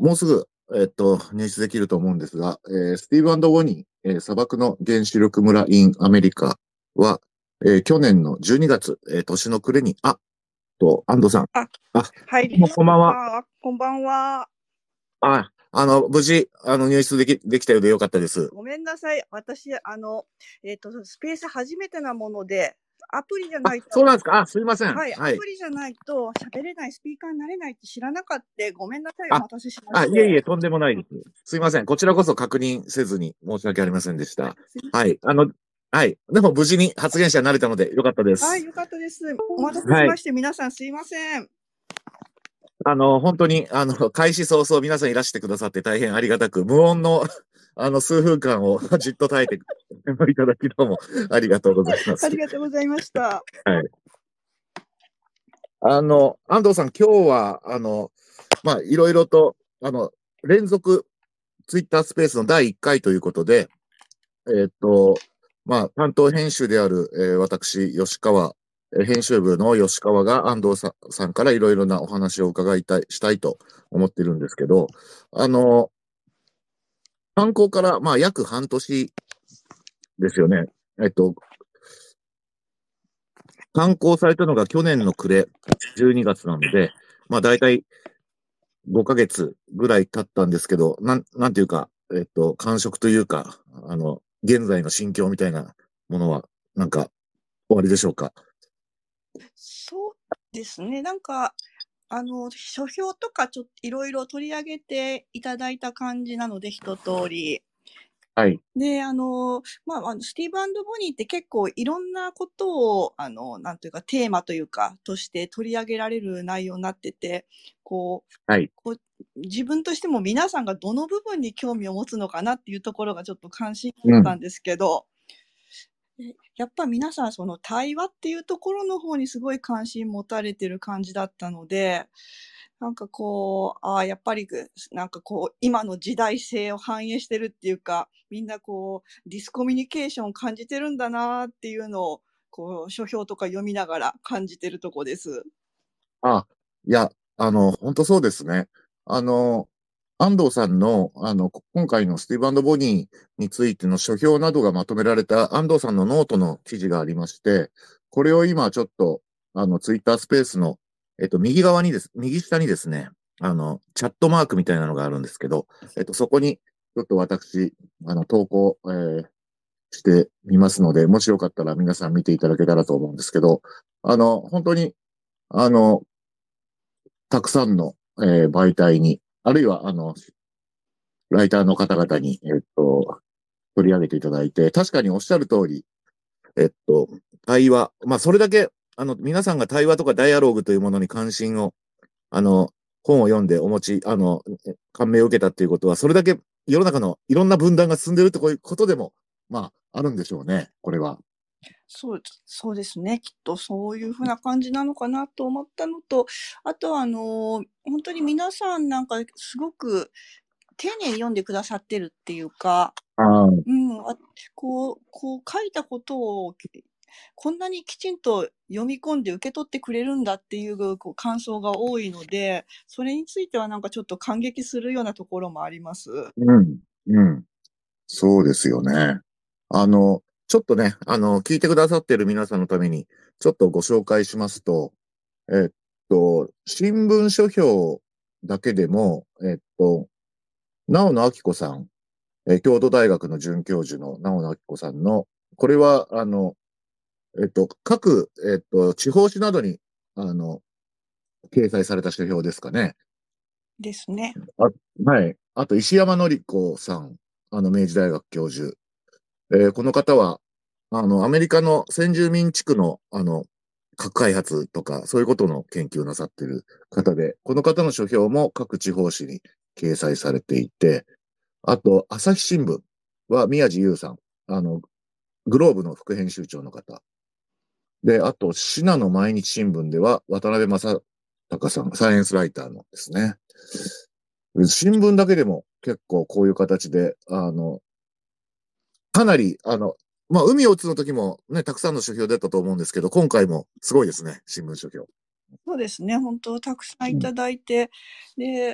もうすぐ、入手できると思うんですが、スティーブ・ウォニー、砂漠の原子力村 in アメリカは、去年の12月、年の暮れに、安藤さん。 あ、 あ、 入りましこんばんは。 た。こんばんは。 無事、入手できたようでよかったです。 ごめんなさい。私、スペース初めてなもので、アプリじゃないと、 そうなんですか。すいません。 はい、アはい。 プリじゃないと喋れない、スピーカーになれないって知らなかった。ごめんなさい。お待たせしましいえいえ、 て。 とんでもないです。すいません。こちらこそ確認せずに申し訳ありませんでした。はい。はい。でも無事に発言者になれたのでよかったではい、 す。 よかったです。お待たせしはい。 まして、皆さんすいません。 本当に、開始早々皆さんいらしてくださって大変ありがたく、無音の、数分間をじっと耐えていただきどうもありがとうございます。 ありがとうございました。 はい。安藤さん、今日は、いろいろと、連続ツイッタースペースの第1回ということで、担当編集である、私、編集部の吉川が安藤さんからいろいろなお話をしたいと思ってるんですけど、刊行から、約半年ですよね。刊行されたのが去年の暮れ、12月なので、だいたい5ヶ月ぐらい経ったんですけど、なんていうか、感触というか、現在の心境みたいなものは、なんか、終わりでしょうか。 そうですね。書評とかちょっといろいろ取り上げていただいた感じなので、一通り。 はい。 で、スティーブ・ボニーって結構いろんなことを、なんというか、テーマというか、として取り上げられる内容になってて、 はい。 自分としても皆さんがどの部分に興味を持つのかなっていうところがちょっと関心だったんですけど、やっぱ皆さんその対話っていうところの方にすごい関心持たれてる感じだったので、やっぱり今の時代性を反映してるっていうか、みんなディスコミュニケーションを感じてるんだなっていうのを、書評とか読みながら感じてるとこです。 あ、いや、本当そうですね。あの、安藤さんの、今回のスティーブ・ボニーについての書評などがまとめられた安藤さんのノートの記事がありまして、これを今ちょっと、ツイッタースペースの、右下にですね、チャットマークみたいなのがあるんですけど、そこに、ちょっと私、投稿、してみますので、もしよかったら皆さん見ていただけたらと思うんですけど、本当に、あの、たくさんの、媒体に、あるいは、ライターの方々に、取り上げていただいて、確かにおっしゃる通り、えっと、対話、それだけ、皆さんが対話とかダイアローグというものに関心を、あの、本を読んでお持ち、感銘を受けたっていうことは、それだけ世の中のいろんな分断が進んでいるということでも、あるんでしょうね、これは。 そうですね。きっとそういうふうな感じなのかなと思ったのと、あと本当に皆さんすごく丁寧に読んでくださってるっていうか、書いたことをこんなにきちんと読み込んで受け取ってくれるんだっていう感想が多いので、それについてはちょっと感激するようなところもあります。 うん、うん。そうですよね。ちょっとね、聞いてくださっている皆さんのために、ちょっとご紹介しますと、新聞書評だけでも、直野明子さん、京都大学の准教授の直野明子さんの、これは、各、地方紙などに、掲載された書評ですかね。 ですね。 はい。あと、石山紀子さん、明治大学教授。この方は、アメリカの先住民地区の、核開発とか、そういうことの研究をなさっている方で、この方の書評も各地方紙に掲載されていて、あと、朝日新聞は宮地優さん、グローブの副編集長の方。で、あと、信濃毎日新聞では渡辺正隆さん、サイエンスライターのですね。新聞だけでも結構こういう形で、かなり、海を打つの時もね、たくさんの書評出たと思うんですけど、今回もすごいですね、新聞書評。 そうですね。本当たくさんいただいて、で、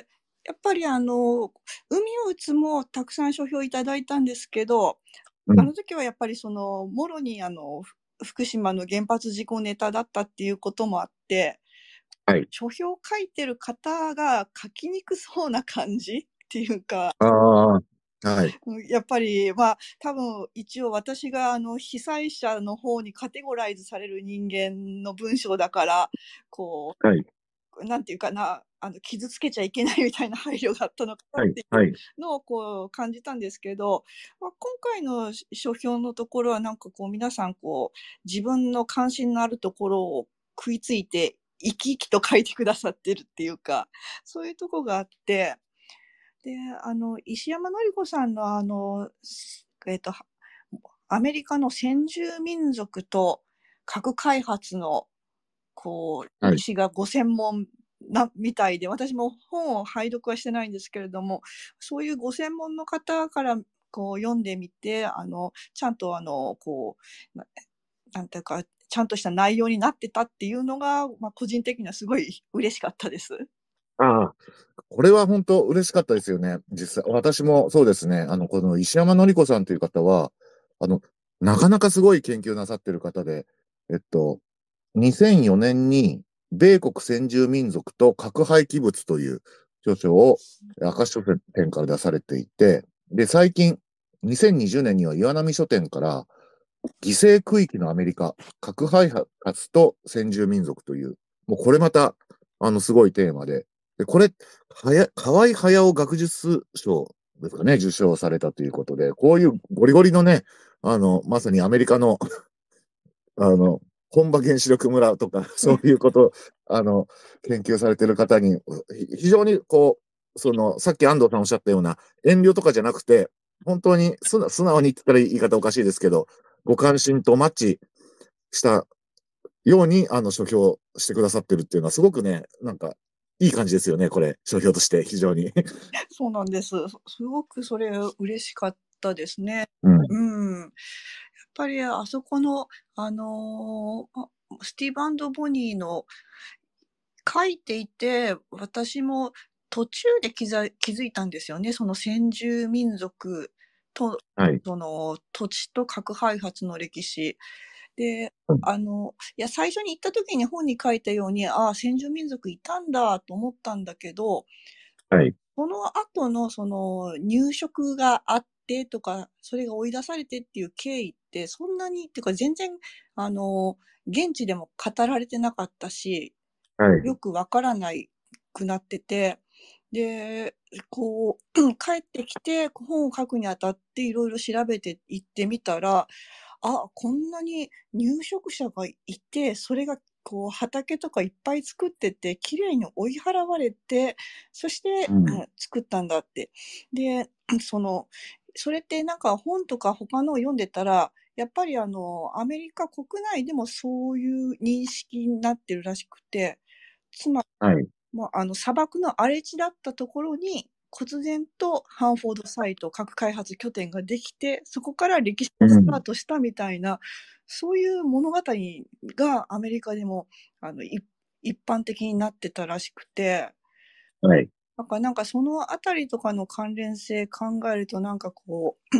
やっぱり海を打つもたくさん書評いただいたんですけど、あの時はやっぱりもろに福島の原発事故ネタだったっていうこともあって、 はい。 書評書いてる方が書きにくそうな感じっていうか、 ああ、はい。 やっぱり、多分一応私が被災者の方にカテゴライズされる人間の文章だから、こはい。 う、なんていうかな、傷つけちゃいけないみたいな配慮があったのかなはい。 っていうはい。 のをこう感じたんですけど、今回の書評のところはなんかこう皆さんこう、自分の関心のあるところを食いついて生き生きと書いてくださってるっていうか、そういうとこがあって、で、石山典子さんのえっと、アメリカの先住民族と核開発の、こう、 はい。 歴史がご専門みたいで、私も本を拝読はしてないんですけれども、そういうご専門の方からこう読んでみて、ちゃんとこう、なんていうか、ちゃんとした内容になってたっていうのが、個人的にはすごい嬉しかったです。 ああ、これは本当嬉しかったですよね。実際、私もそうですね。この石山典子さんという方は、あの、なかなかすごい研究なさってる方で、えっと、2004年に、米国先住民族と核廃棄物という著書を明石書店から出されていて、で、最近、2020年には岩波書店から犠牲区域のアメリカ、核開発と先住民族という、もうこれまた、すごいテーマで、で、これ、河合駿学術賞ですかね、受賞されたということで、こういうゴリゴリのね、まさにアメリカの、あの、本場原子力村とか、そういうこと、あの、研究されてる方に、非常にこう、さっき安藤さんおっしゃったような遠慮とかじゃなくて、本当に素直に言ってたら言い方おかしいですけど、ご関心とマッチしたように、書評してくださってるっていうのは、すごくね、なんか、いい感じですよね、これ、書評として、非常に。 そうなんです。すごくそれ嬉しかったですね。 うん。 うん。やっぱりあそこの、スティーブ・ボニーの書いていて、私も途中で気づいたんですよね。その先住民族と、 はい。 その土地と核開発の歴史。で、 うん。 いや、最初に行った時に本に書いたように、ああ、先住民族いたんだと思ったんだけど、 はい。 その後のその入植があってとか、それが追い出されてっていう経緯ってそんなにっていうか全然現地でも語られてなかったし、 はい。 よくわからないくなってて、で、こう帰ってきて本を書くにあたっていろいろ調べていってみたら、こんなに入植者がいて、それがこう畑とかいっぱい作ってて、綺麗に追い払われて、そして、 うん。 作ったんだって。で、それってなんか本とか他のを読んでたら、やっぱりアメリカ国内でもそういう認識になってるらしくて、つまはい。 砂漠の荒れ地だったところに、忽然とハンフォードサイト、核開発拠点ができて、そこから歴史がスターうん。 トしたみたいな、そういう物語がアメリカでも一般的になってたらしくて、 はい。 なんかそのあたりとかの関連性考えると、なんかこう、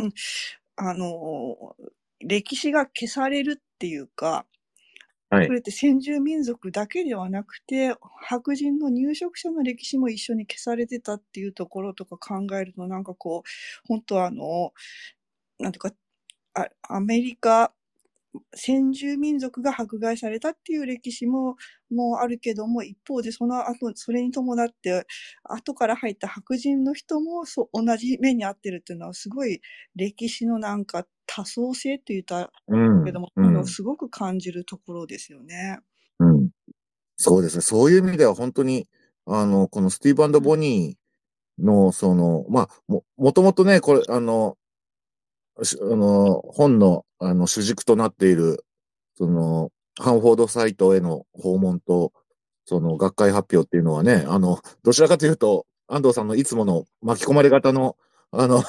歴史が消されるっていうか、 はい。 それって先住民族だけではなくて、白人の入植者の歴史も一緒に消されてたっていうところとか考えると、なんかこう、本当なんていうか、アメリカ、先住民族が迫害されたっていう歴史もあるけども、一方でその後、それに伴って、後から入った白人の人も同じ目に遭ってるっていうのは、すごい歴史のなんか多層性って言ったうん。 けども、 うん。 そういうのをすごく感じるところですよね。 うん。そうですね。そういう意味では本当に、このスティーブ・ボニーの、もともとね、これ、本の、主軸となっている、ハンフォードサイトへの訪問と、学会発表っていうのはね、どちらかというと、安藤さんのいつもの巻き込まれ型の、あの、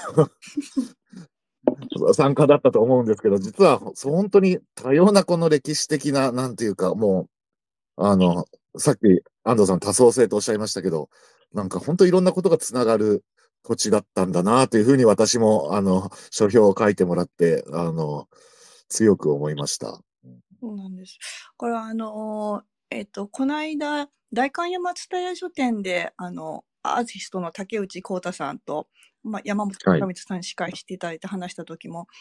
参加だったと思うんですけど、実は、本当に多様なこの歴史的な、なんていうか、もう、さっき安藤さん多層性とおっしゃいましたけど、 なんか本当いろんなことがつながる土地だったんだなというふうに私も、書評を書いてもらって、強く思いました。 そうなんです。これはこの間、代官山蔦屋書店で、アーティストの竹内幸太さんと、山本はい。 隆光さんに司会していただいて話した時も、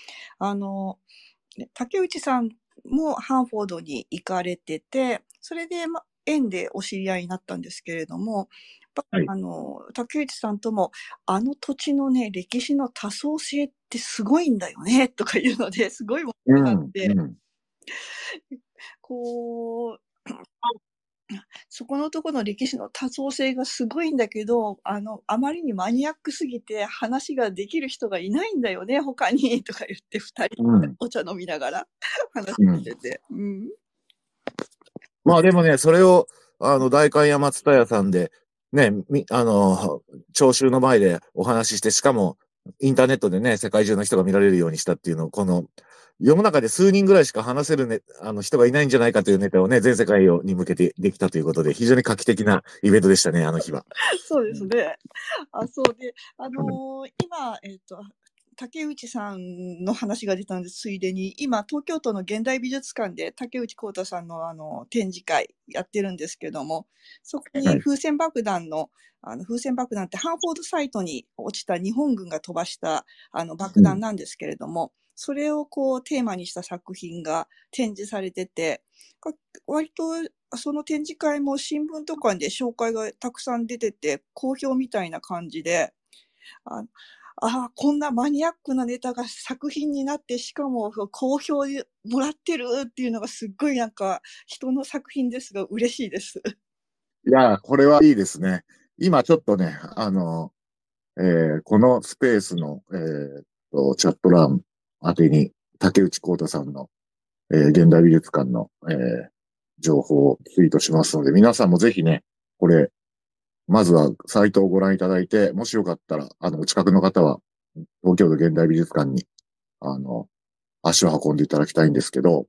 竹内さんもハンフォードに行かれてて、それで、縁でお知り合いになったんですけれども、 はい。 竹内さんとも、あの土地のね、歴史の多層性ってすごいんだよね、とかいうので、すごいものがあっうん、 て、 うん。 こう、そこのところの歴史の多層性がすごいんだけど、あまりにマニアックすぎて話ができる人がいないんだよね、他に、とか言って二人うん、 お茶飲みながら話うん。 してて。うん。 まあでもね、それを、代官山蔦屋さんで、ね、聴衆の前でお話しして、しかも、インターネットでね、世界中の人が見られるようにしたっていうのを、この、世の中で数人ぐらいしか話せるね、人がいないんじゃないかというネタをね、全世界に向けてできたということで、非常に画期的なイベントでしたね、あの日は。 そうでうん。 すね。そうで、 はい。 今、竹内さんの話が出たんです、ついでに、今、東京都の現代美術館で竹内幸太さんの展示会やってるんですけども、そこはい。 に風船爆弾の、風船爆弾ってハンフォードサイトに落ちた日本軍が飛ばした爆弾うん。 なんですけれども、それをこうテーマにした作品が展示されてて、割とその展示会も新聞とかで紹介がたくさん出てて、好評みたいな感じで、あこんなマニアックなネタが作品になって、しかも好評でもらってるっていうのがすっごいなんか人の作品ですが嬉しいです。 いや、これはいいですね。今ちょっとね、このスペースの、チャット欄宛てに、竹内幸太さんの、現代美術館の、情報をツイートしますので、皆さんもぜひね、これ、まずはサイトをご覧いただいて、もしよかったら、お近くの方は、東京都現代美術館に、あの、足を運んでいただきたいんですけど、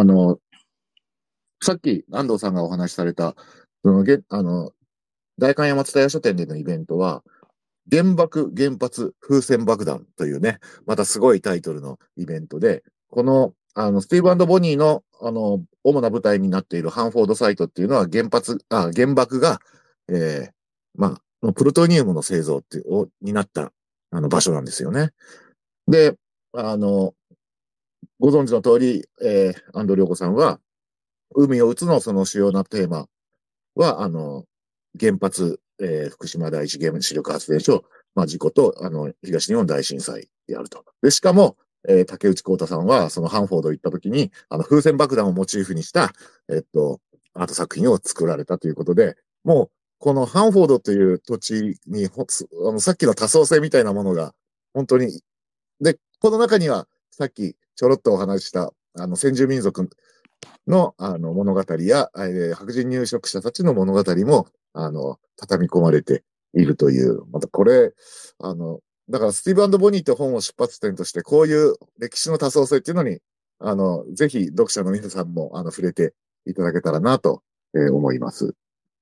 さっき安藤さんがお話しされた、その、代官山蔦屋書店でのイベントは、原爆、原発、風船爆弾というね、またすごいタイトルのイベントで、この、スティーブボニーの、主な舞台になっているハンフォードサイトっていうのは原爆が、えーまプルトニウムの製造になった、場所なんですよね。で、あの、ご存知の通り、安藤涼子さんは、海を撃つのその主要なテーマは、原発、福島第一原子力発電所、事故と、東日本大震災であると。で、しかも、竹内幸太さんは、そのハンフォード行った時に、風船爆弾をモチーフにした、えっと、アート作品を作られたということで、もう、このハンフォードという土地に、さっきの多層性みたいなものが、本当に、で、この中には、さっきちょろっとお話しした、先住民族の、物語や、白人入植者たちの物語も、畳み込まれているという、またこれ、あの、だからスティーブボニーって本を出発点として、こういう歴史の多層性っていうのに、ぜひ読者の皆さんも、触れていただけたらなと、思います。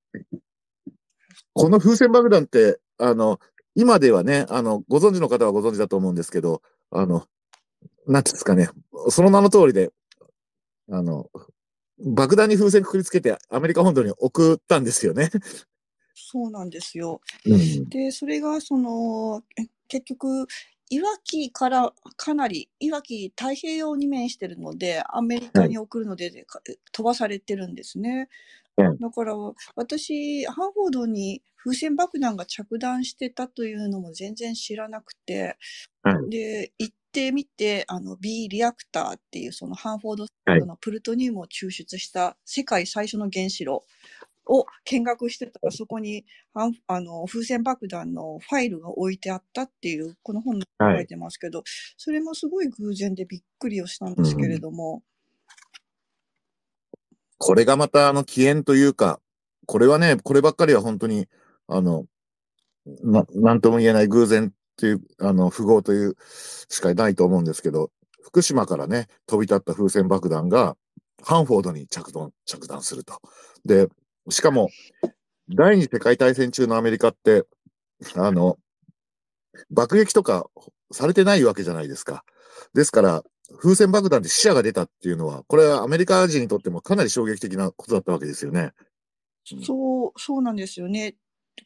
この風船爆弾って、今ではね、ご存知の方はご存知だと思うんですけど、あの、なんていうんですかね、その名の通りで、あの、爆弾に風船くくりつけてアメリカ本土に送ったんですよね。 そうなんですよ。 うん。 で、それが結局、いわきからかなり、いわき太平洋に面してるので、アメリはい。 カに送るので飛ばされてるんですね。 はい。 だから私、ハーフォードに風船爆弾が着弾してたというのも全然知らなくて、 はい。 で、行ってみて、B リアクターっていうそのハンフォードはい。 のプルトニウムを抽出した世界最初の原子炉を見学してたら、そこに風船爆弾のファイルが置いてあったっていう、この本にはい。 書いてますけど、それもすごい偶然でびっくりをしたんですけれうん。 ども、 これがまた起源というか、これはね、こればっかりは本当に、あの、なんとも言えない偶然っていう、符号というしかないと思うんですけど、福島からね、飛び立った風船爆弾が、ハンフォードに着弾すると。で、しかも、 第二次世界大戦中のアメリカって、あの、爆撃とかされてないわけじゃないですか。ですから、風船爆弾で死者が出たっていうのは、これはアメリカ人にとってもかなり衝撃的なことだったわけですよね。 そうなんですよね。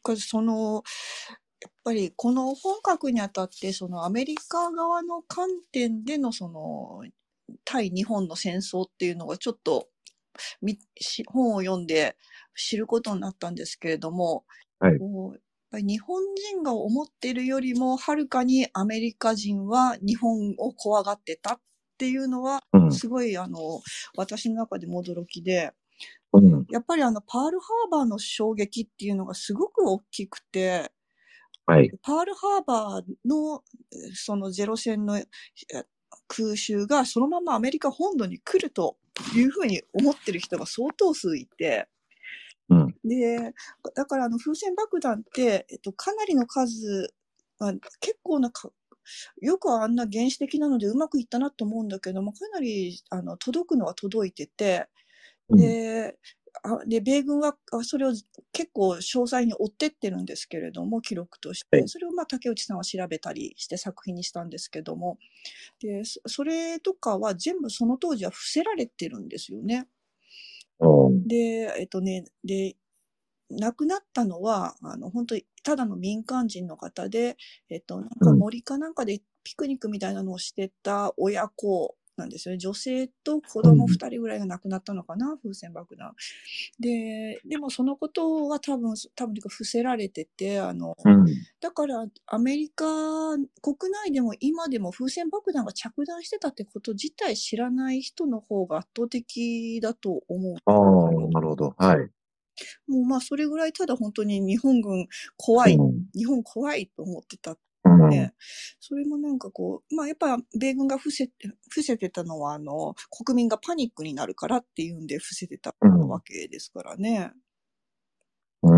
やっぱりこの本書くにあたって、そのアメリカ側の観点でのその対日本の戦争っていうのがちょっと本を読んで知ることになったんですけれども、 はい。 こうやっぱり日本人が思っているよりもはるかにアメリカ人は日本を怖がってたっていうのはうん。 すごい私の中でも驚きで、 うん。 やっぱりパールハーバーの衝撃っていうのがすごく大きくて、 はい。 パールハーバーのそのゼロ戦の空襲がそのままアメリカ本土に来るというふうに思ってる人が相当数いて、 うん。 で、だから風船爆弾って、かなりの数、結構なよくあんな原始的なのでうまくいったなと思うんだけども、かなり届くのは届いてて、 うん。 で、米軍はそれを結構詳細に追ってってるんですけれども、記録として。 はい。 それを竹内さんは調べたりして作品にしたんですけども。で、それとかは全部その当時は伏せられてるんですよね。 おー。 で、亡くなったのは、本当にただの民間人の方で、なんかうん。 森かなんかでピクニックみたいなのをしてた親子なんですよね。女性と子供うん。 2人ぐらいが亡くなったのかな、風船爆弾。でもそのことは多分伏せられてて、 うん。 だからアメリカ国内でも今でも風船爆弾が着弾してたってこと自体知らない人の方が圧倒的だと思うんでああ、 すよ。 なるほど。はい。 もうそれぐらいただ本当に日本軍怖い、 うん。 日本怖いと思ってた。 うん。 ね、それもなんかやっぱ米軍が伏せてたのは国民がパニックになるからっていうんで伏せてたうん。 わけですからね。 うん。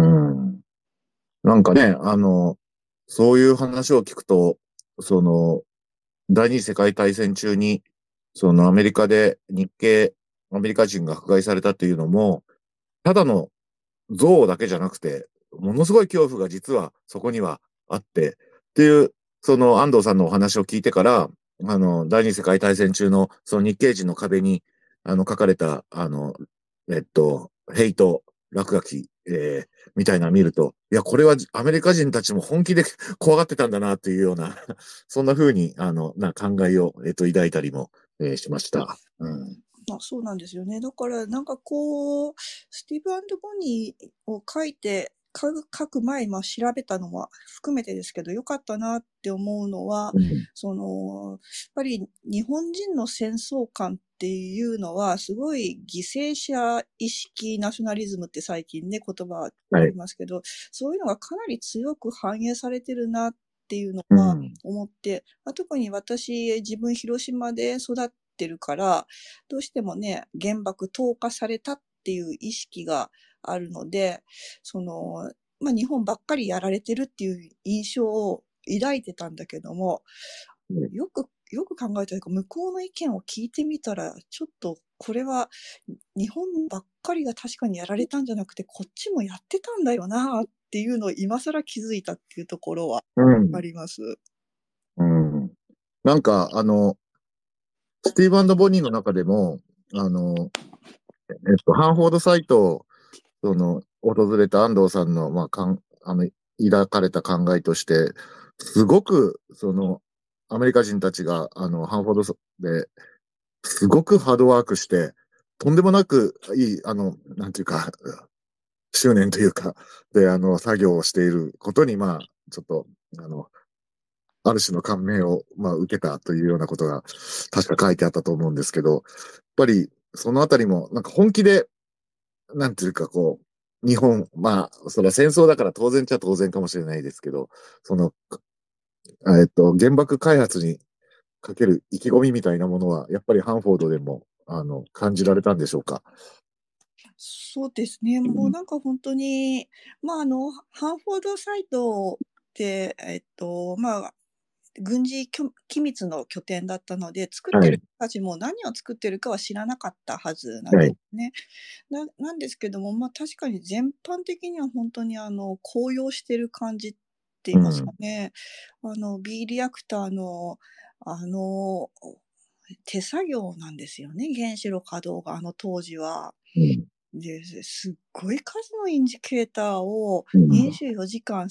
なんかね、そういう話を聞くと、その、第二次世界大戦中に、そのアメリカでアメリカ人が迫害されたっていうのも、ただの憎悪だけじゃなくて、ものすごい恐怖が実はそこにはあって、っていう、その安藤さんのお話を聞いてから、第二次世界大戦中のその日系人の壁に、書かれた、ヘイト落書き、みたいなのを見ると、いや、これはアメリカ人たちも本気で怖がってたんだなっていうような、そんな風に、考えを、抱いたりも、しました。うん。 そうなんですよね。だからなんかスティーブ・ボニーを書く前、調べたのも含めてですけど、よかったなって思うのは、 うん。 やっぱり日本人の戦争観っていうのは、すごい犠牲者意識ナショナリズムって最近ね、言葉あはい。 りますけど、そういうのがかなり強く反映されてるなっていうのはうん。 思って、特に私、自分広島で育ってるから、どうしてもね、原爆投下されたっていう意識があるので、日本ばっかりやられてるっていう印象を抱いてたんだけども、よく考えたら、向こうの意見を聞いてみたら、ちょっとこれは日本ばっかりが確かにやられたんじゃなくて、こっちもやってたんだよなっていうのを今更気づいたっていうところはうん。 あります。 うん。なんか、スティーブボニーの中でも、あの、ハンフォードサイトを、訪れた安藤さんの、抱かれた考えとして、すごく、アメリカ人たちが、ハンフォードで、すごくハードワークして、とんでもなくいい、なんていうか、執念というか、で、作業をしていることに、ちょっと、あの、ある種の感銘を、受けたというようなことが、確か書いてあったと思うんですけど、やっぱり、そのあたりも、なんか本気で、なんていうか日本、それは戦争だから当然っちゃ当然かもしれないですけど、その、原爆開発にかける意気込みみたいなものは、やっぱりハンフォードでも、感じられたんでしょうか。 そうですね。もうなんか本当に、ハンフォードサイトで、 軍事機密の拠点だったので、作ってるはい。 人たちも何を作ってるかは知らなかったはずなんはい。 ですね。なんですけども、確かに全般的には本当に高揚してる感じって言いますかね。B リアクターの、あの、手作業なんですよね、原子炉稼働が当時は。 うん。 で、すっごい数のインジケーターをうん。 24時間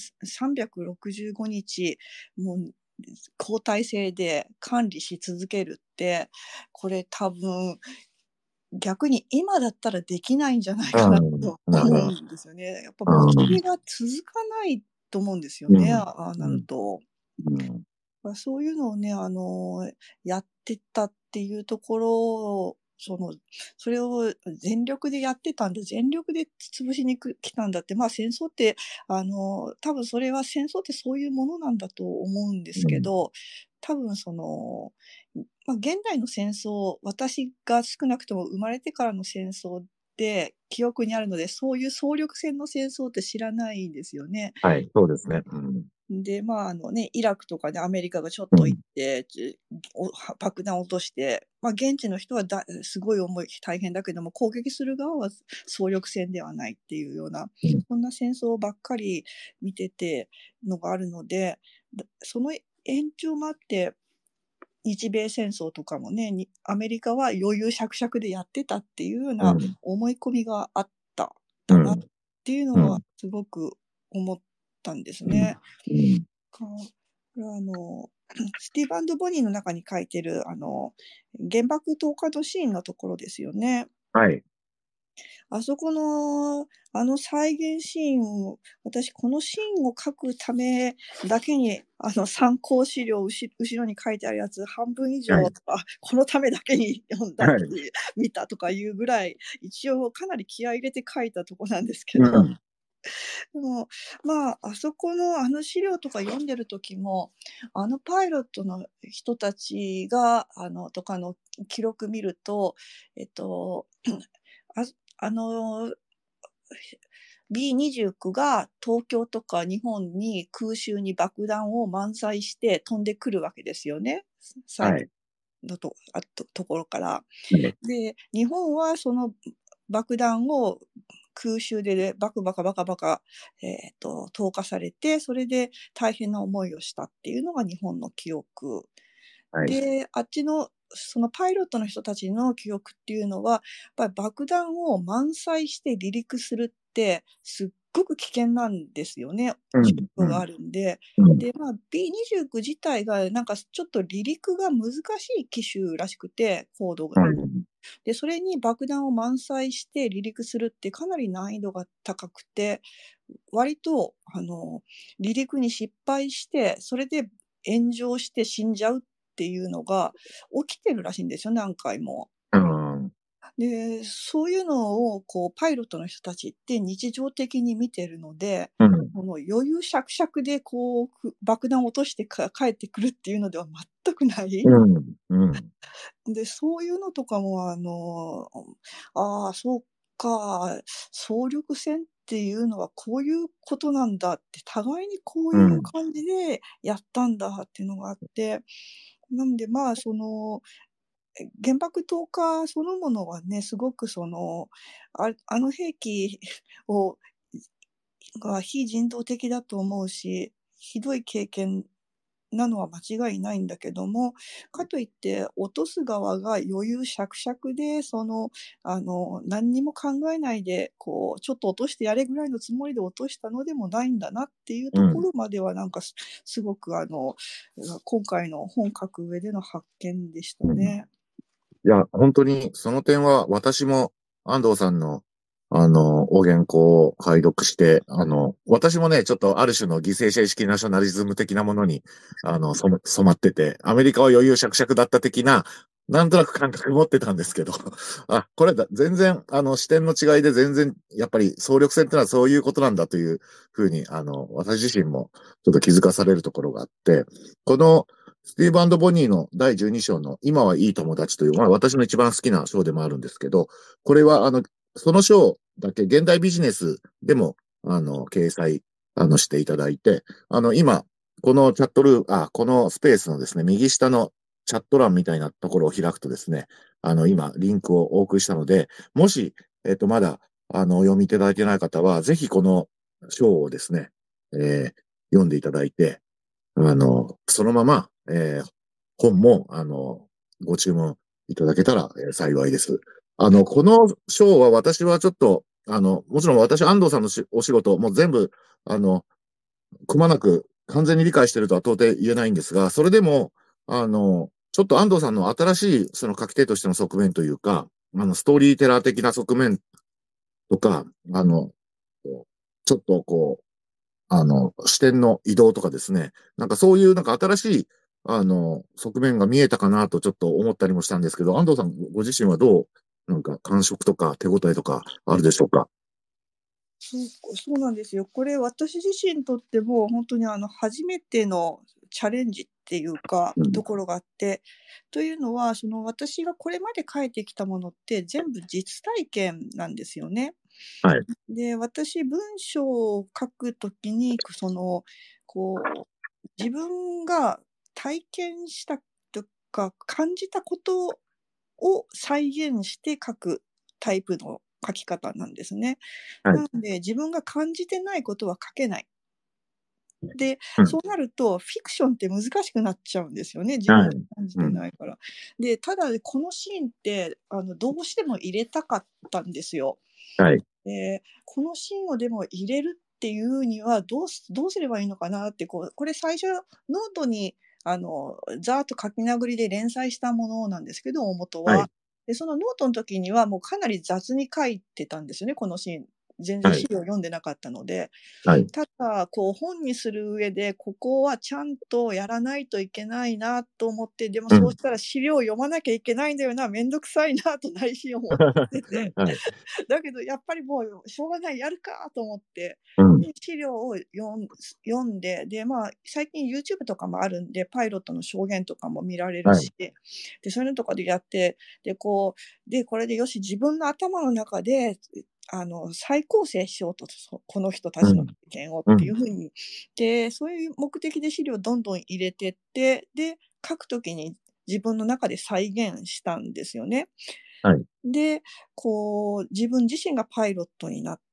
365日、もう交代制で管理し続けるって、これ多分、逆に今だったらできないんじゃないかなとなるほど。 思うんですよね。やっぱモチベが続かないと思うんですよね、 うん。 ああなうん。 ると。 うん。 そういうのをね、やってたっていうところ、それを全力でやってたんで、全力で潰しに来たんだって、戦争って、多分それは戦争ってそういうものなんだと思うんですうん。 けど、多分現代の戦争、私が少なくとも生まれてからの戦争で記憶にあるので、そういう総力戦の戦争って知らないんですよね。 はい、そうですね。うん。 で、イラクとかでアメリカがちょっと行うん。 って、爆弾を落として、現地の人はすごい大変だけども、攻撃する側は総力戦ではないっていうような、 うん。 そんな戦争ばっかり見ててのがあるので、その延長もあって、日米戦争とかもね、アメリカは余裕しゃくしゃくでやってたっていうようなうん。 思い込みがあっただなっうん。 ていうのはうん。 すごく思ったんですうん。 ね。 うん。 これはスティーブ・ボニーの中に書いてる、原爆投下のシーンのところですよね。 はい。 あそこの、再現シーンを、私このシーンを書くためだけに、参考資料、後ろに書いてあるやつ、半分以上、 はい。 このためだけに読んだっはい。 て、見たとかいうぐらい、一応かなり気合い入れて書いたとこなんですけうど、 ん。 でも、あそこの資料とか読んでる時も、パイロットの人たちが、とかの記録見ると、えっと、ああの、B29が東京とか日本に空襲に爆弾を満載して飛んでくるわけですよね。最近はい。 のところから。 はい。 で、日本はその爆弾を空襲でバカバカバカバカ、投下されて、それで大変な思いをしたっていうのが日本の記憶。 はい。 で、あっちの、そのパイロットの人たちの記憶っていうのは、やっぱり爆弾を満載して離陸するって、すっごく危険なんですよね。状うん。うん。 況があるんで。 うん。 で、B29 自体がなんかちょっと離陸が難しい機種らしくて、高度が。 うん。 で、それに爆弾を満載して離陸するってかなり難易度が高くて、割と、離陸に失敗して、それで炎上して死んじゃうっていうのが起きてるらしいんですよ、何回も。 うん。 で、そういうのをパイロットの人たちって日常的に見てるので、 うん。 この余裕しゃくしゃくで爆弾を落として帰ってくるっていうのでは全くない。 うん。うん。 で、そういうのとかも、ああ、そうか、総力戦っていうのはこういうことなんだって、互いにこういううん。 感じでやったんだっていうのがあって、なんで、原爆投下そのものはね、すごくあの兵器をが非人道的だと思うし、ひどい経験なのは間違いないんだけども、かといって落とす側が余裕しゃくしゃくで、何にも考えないで、ちょっと落としてやれぐらいのつもりで落としたのでもないんだなっていうところまでは、なんかすごく今回の本書く上での発見でしたうん。 ね。 いや、本当にその点は私も安藤さんのお原稿を拝読して、私もね、ちょっとある種の犠牲者意識ナショナリズム的なものに、染まってて、アメリカは余裕しゃくしゃくだった的な、なんとなく感覚持ってたんですけど、これだ、全然、視点の違いで全然、やっぱり総力戦ってのはそういうことなんだというふうに、私自身もちょっと気づかされるところがあって、この、スティーブボニーの第12章の今はいい友達という、私の一番好きな章でもあるんですけど、これはその章だけ現代ビジネスでも、掲載、していただいて、今、 このチャットルーム、このスペースのですね、右下のチャット欄みたいなところを開くとですね、今、リンクをお送りしたので、もし、まだ、お読みいただいてない方は、ぜひこの章をですね、読んでいただいて、そのまま、本も、ご注文いただけたら、幸いです。この章は私はちょっと、もちろん私、安藤さんのお仕事、もう全部、くまなく完全に理解してるとは到底言えないんですが、それでも、ちょっと安藤さんの新しいその書き手としての側面というか、ストーリーテラー的な側面とか、ちょっとこう、視点の移動とかですね、なんかそういうなんか新しい、側面が見えたかなとちょっと思ったりもしたんですけど、安藤さんご自身はどう、なんか感触とか手応えとかあるでしょうか？ そうなんですよ。これ私自身にとっても本当に初めてのチャレンジっていうか、 うん。 ところがあって、というのは、その私がこれまで書いてきたものって全部実体験なんですよね。 はい。 で、私文章を書くときに、こ自分が体験したとか感じたことを再現して書くタイプの書き方なんですね。 はい。 なので、自分が感じてないことは書けない。で、 うん。 そうなると、フィクションって難しくなっちゃうんですよね、自分がはい。 感じうん。 てないから。で、ただ、このシーンって、どうしても入れたかったんですよ。 はい。 このシーンをでも入れるっていうには、どうすればいいのかなって、これ最初、ノートに、ざーっと書き殴りで連載したものなんですけど、大元はい。 は。で、そのノートの時には、もうかなり雑に書いてたんですよね、このシーン。全然はい。 資料読んでなかったので。 はい。 ただ、本にする上で、ここはちゃんとやらないといけないなと思って、でもうん。 そうしたら資料を読まなきゃいけないんだよな、めんどくさいなと内心思ってて。 はい。 だけどやっぱりもうしょうがない、やるかと思って、 うん。 で、資料を読んで、で、最近 YouTube とかもあるんで、パイロットの証言とかも見られるはい。 し、で、そういうのとかでやって、これでよし、自分の頭の中で、再構成しようと、この人たちのうん。 意見をっうん。 ていう風に。で、そういう目的で資料をどんどん入れてって、で、書くときに自分の中で再現したんですよね。 はい。 で、自分自身がパイロットになって、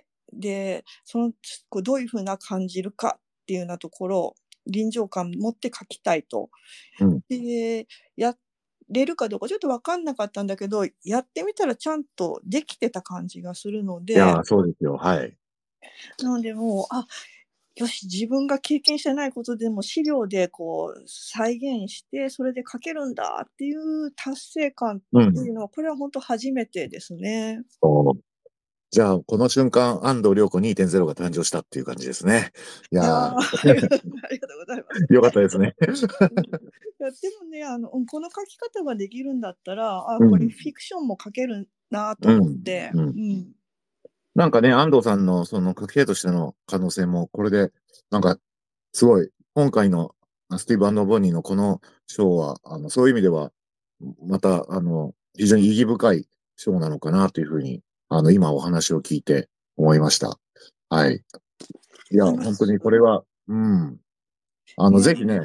で、どういう風な感じるかっていうようなところを臨場感持って書きたいと。 うん。 で、やれるかどうかちょっと分かんなかったんだけど、やってみたらちゃんとできてた感じがするので、 いやー、そうですよ。はい。 なのでもう、よし、自分が経験してないことでも資料で再現して、それで書けるんだっていう達成感っうん。 ていうのは、これは本当初めてですね。 そう。じゃあ、この瞬間、安藤涼子2.0が誕生したっていう感じですね。いいや、 やありがとうございます。 ー、よかったですね。 うん。いや、でもね、この書き方ができるんだったら、これうん。 フィクションも書けるなと思っうん。 て、 うん。 うん。 なんかね、安藤さんのその書き手としての可能性も、これで、なんか、すごい、今回のスティーブ・ボニーのこの賞は、そういう意味では、また、非常に意義深い賞なのかなというふうに、今お話を聞いて思いました。はい。いや、本当にこれは、うん。 いや、 ぜひね、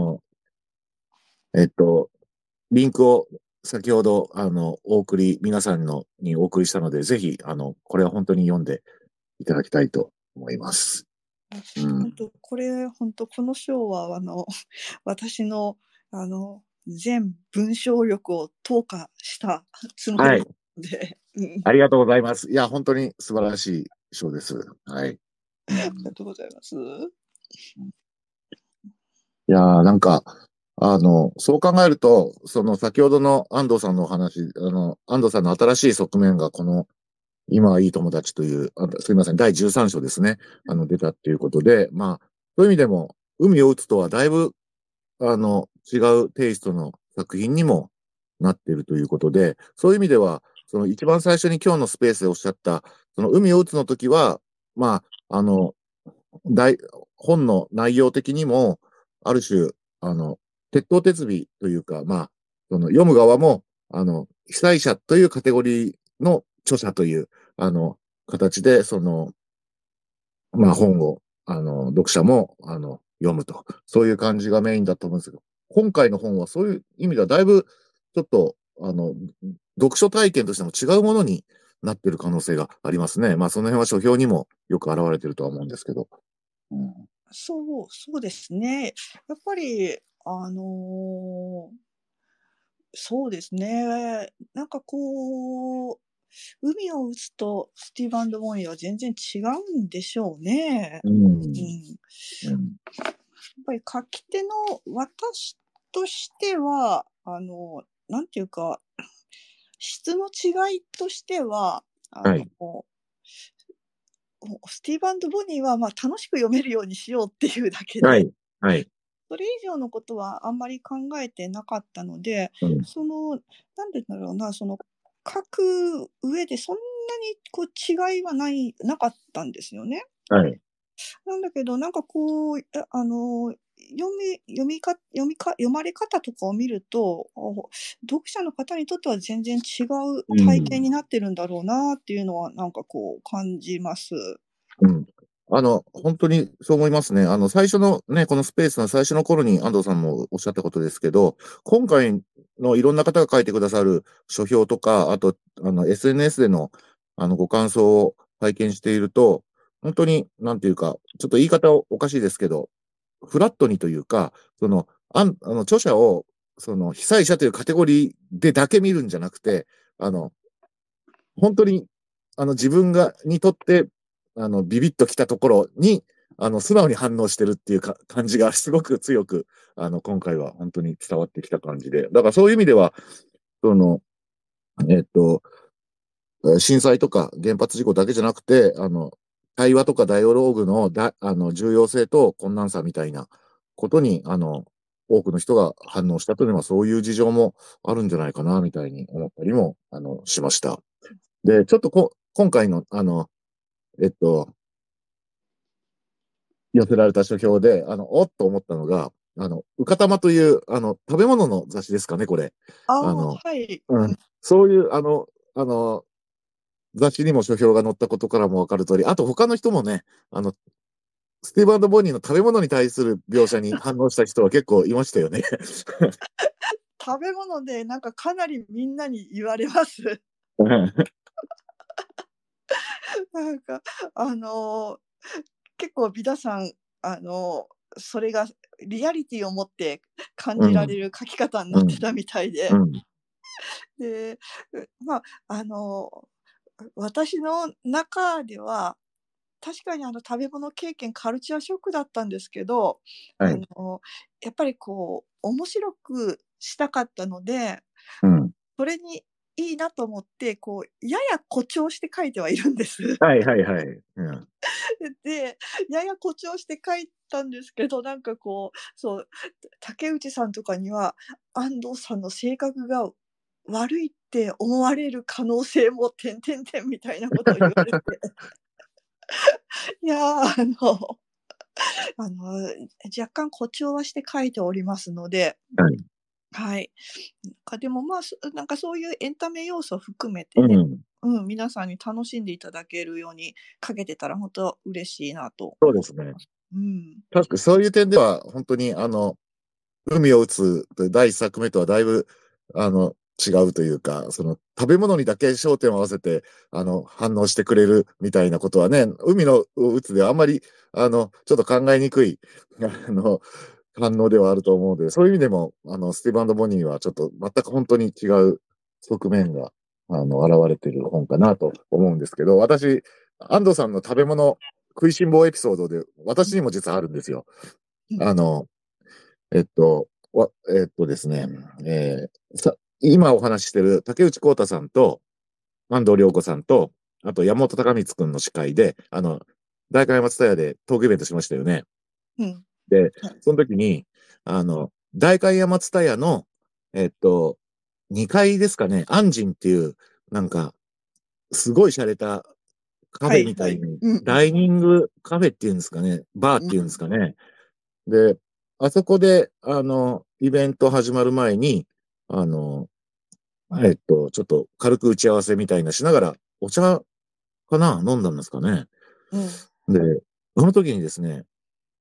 えっと、リンクを先ほど、皆さんにお送りしたので、ぜひ、これは本当に読んでいただきたいと思います。うん。 本当この賞は、私の、全文章力を投下したつもりなはい。 ので、うん、 ありがとうございます。いや、本当に素晴らしい賞です。はい。うありがん。 とうございます。 いやー、なんか、そう考えると、その先ほどの安藤さんのお話、安藤さんの新しい側面がこの、今はいい友達という、すみません、第13章ですね。出たっていうことで、まあ、そういう意味でも、海を打つとはだいぶ、違うテイストの作品にもなっているということで、そういう意味では、その一番最初に今日のスペースでおっしゃった、その海を打つの時は、まあ、大、本の内容的にも、ある種、鉄頭鉄尾というか、まあ、その読む側も、被災者というカテゴリーの著者という、形で、まあ、本を、読者も、 読むと。そういう感じがメインだと思うんですけど、今回の本はそういう意味ではだいぶ、ちょっと、読書体験としても違うものになってる可能性がありますね。まあ、その辺は書評にもよく表れてるとは思うんですけど。うん、 そうですね。やっぱり、そうですね。なんかこう、海を打つとスティーブ・ボーイは全然違うんでしょうね。 ううん。 ん。うん。 やっぱり書き手の私としては、なんていうか、質の違いとしては、 はい。 スティーブボニーは、まあ、楽しく読めるようにしようっていうだけで、 はい。はい。 それ以上のことはあんまり考えてなかったので、 うん。 なんでだろうな、書く上でそんなにこう違いはなかったんですよね。 はい。 なんだけど、なんかこう、読まれ方とかを見ると、読者の方にとっては全然違うう体験ん。 になってるんだろうなっていうのは、なんかこう感じます。 うん。本当にそう思いますね。最初のね、このスペースの最初の頃に安藤さんもおっしゃったことですけど、今回のいろんな方が書いてくださる書評とか、あと、SNS での、ご感想を拝見していると、本当に、なんていうか、ちょっと言い方おかしいですけど、フラットにというか、著者を、被災者というカテゴリーでだけ見るんじゃなくて、あの、本当に、自分にとって、ビビッときたところに、素直に反応してるっていう感じがすごく強く、今回は本当に伝わってきた感じで。だからそういう意味では、その、えっと、震災とか原発事故だけじゃなくて、対話とかダイアローグの重要性と困難さみたいなことに、多くの人が反応したというのは、そういう事情もあるんじゃないかな、みたいに思ったりも、しました。で、ちょっと今回の、えっと、寄せられた書評で、おっと思ったのが、うかたまという、食べ物の雑誌ですかね、これ。 ああ、 あの、 はい。 うん。そういう、雑誌にも書評が載ったことからもわかる通り、あと他の人もね、スティーブ・ボニーの食べ物に対する描写に反応した人は結構いましたよね。 食べ物でなんかかなりみんなに言われます。なんか、あの、結構皆さん、あの、それがリアリティを持って感うん、 じられる書き方になうん、 ってたみたいで。 うん。 で、まあ、私の中では、確かに食べ物経験カルチャーショックだったんですけど、 はい。 やっぱりこう面白くしたかったので、 うん。 それにいいなと思って、こうやや誇張して書いてはいるんです。 はいはいはい。うん。 で、やや誇張して書いたんですけど、なんかこう、そう、竹内さんとかには、安藤さんの性格が悪いって思われる可能性もみたいなことを言われて、いや、あの、若干誇張はして書いておりますので、 はい。 はい。でも、まあ、なんかそういうエンタメ要素を含めてね、 うん。 皆さんに楽しんでいただけるように書けてたら本当嬉しいなと思ってそうですね。 ます。うん。 確かそういう点では、本当に、海を打つという第一作目とはだいぶ、違うというか、食べ物にだけ焦点を合わせて、反応してくれるみたいなことはね、海の打つではあんまり、ちょっと考えにくい、反応ではあると思うので、そういう意味でも、スティーブボニーはちょっと全く本当に違う側面が、現れている本かなと思うんですけど、私、安藤さんの食べ物食いしん坊エピソードで、私にも実はあるんですよ。 うん。 あの、ですね、今お話ししてる竹内幸太さんと安藤涼子さんと、あと山本隆光くんの司会で、代官山蔦屋でトークイベントしましたよね。 うん。 で、 はい。 その時に、代官山蔦屋の、えっと、2階ですかね、アンジンっていう、なんか、すごい洒落たカフェみたはいはい。 いに、 うんうん。 ダイニングカフェっていうんですかね、バーっうん。 ていうんですかね。で、あそこで、イベント始まる前に、あの、ちょっと軽く打ち合わせみたいなしながら、お茶かな飲んだんですかね。 うん。 で、その時にですね、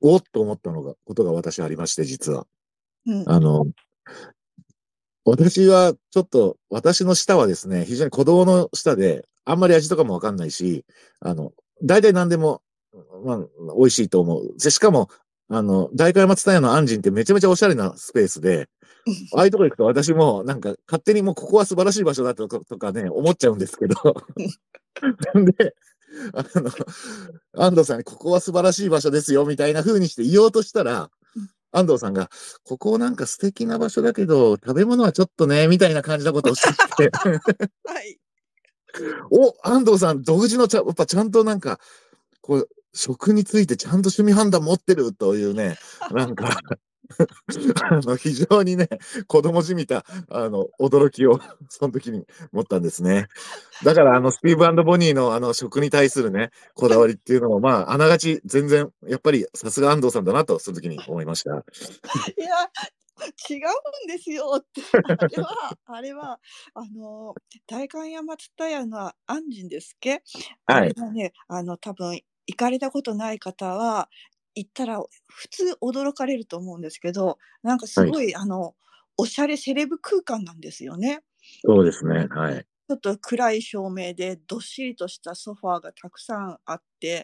おっと思ったことが私ありまして、実は。 うん。 あの、私はちょっと、私の舌はですね、非常に鼓動の舌で、あんまり味とかもわかんないし、あの、大体何でも、まあ、美味しいと思う。で、しかも、代官山蔦屋のアンジンってめちゃめちゃおしゃれなスペースで、ああいうとこ行くと私もなんか勝手にもうここは素晴らしい場所だとかね、思っちゃうんですけど。で、あの、安藤さんにここは素晴らしい場所ですよみたいな風にして言おうとしたら、安藤さんが、ここなんか素敵な場所だけど、食べ物はちょっとね、みたいな感じのことをおっしゃって、 はい。 お、安藤さん、独自のやっぱちゃんとなんか、こう、食についてちゃんと趣味判断持ってるというね、なんか非常にね、子供じみた、驚きを、その時に持ったんですね。だから、スティーブ&ボニーの、食に対するね、こだわりっていうのも、まあ、あながち、全然、やっぱり、さすが安藤さんだなと、その時に思いました。 いや、違うんですよって。あれは、代官山蔦屋のアンジンですっけ？あはい。 れはね、多分行かれたことない方は、行ったら普通驚かれると思うんですけど、なんかすはい。 ごい、おしゃれセレブ空間なんですよね。 そうですね。はい。 ちょっと暗い照明でどっしりとしたソファーがたくさんあって、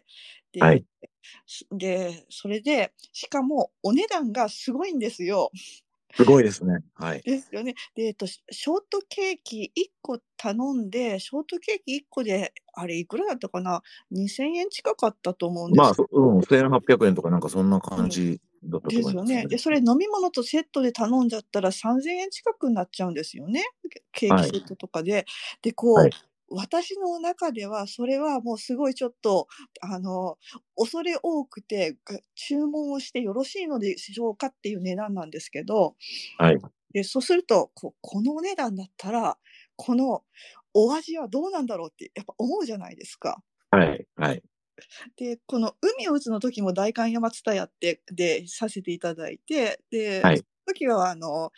で、 はい。 それで、しかもお値段がすごいんですよ。 すごいですね。はい。 ですよね。で、ショートケーキ1個頼んで、ショートケーキ1個で、あれいくらだったかな、2000円近かったと思うんでまあ、 す。 1800円とかなんかそんなうん、 感じだったと思いますね。 ですよね。で、それ飲み物とセットで頼んじゃったら3000円近くになっちゃうんですよね、ケーキはい。 セットとかで。で、 はい。 私の中ではそれはもうすごいちょっと、恐れ多くて、注文をしてよろしいのでしょうかっていう値段なんですけど、 はい。 で、そうすると、このお値段だったら、このお味はどうなんだろうってやっぱ思うじゃないですか。 はい。はい。 で、この海を打つの時も代官山蔦屋でさせていただいて、で、 はい。 その時は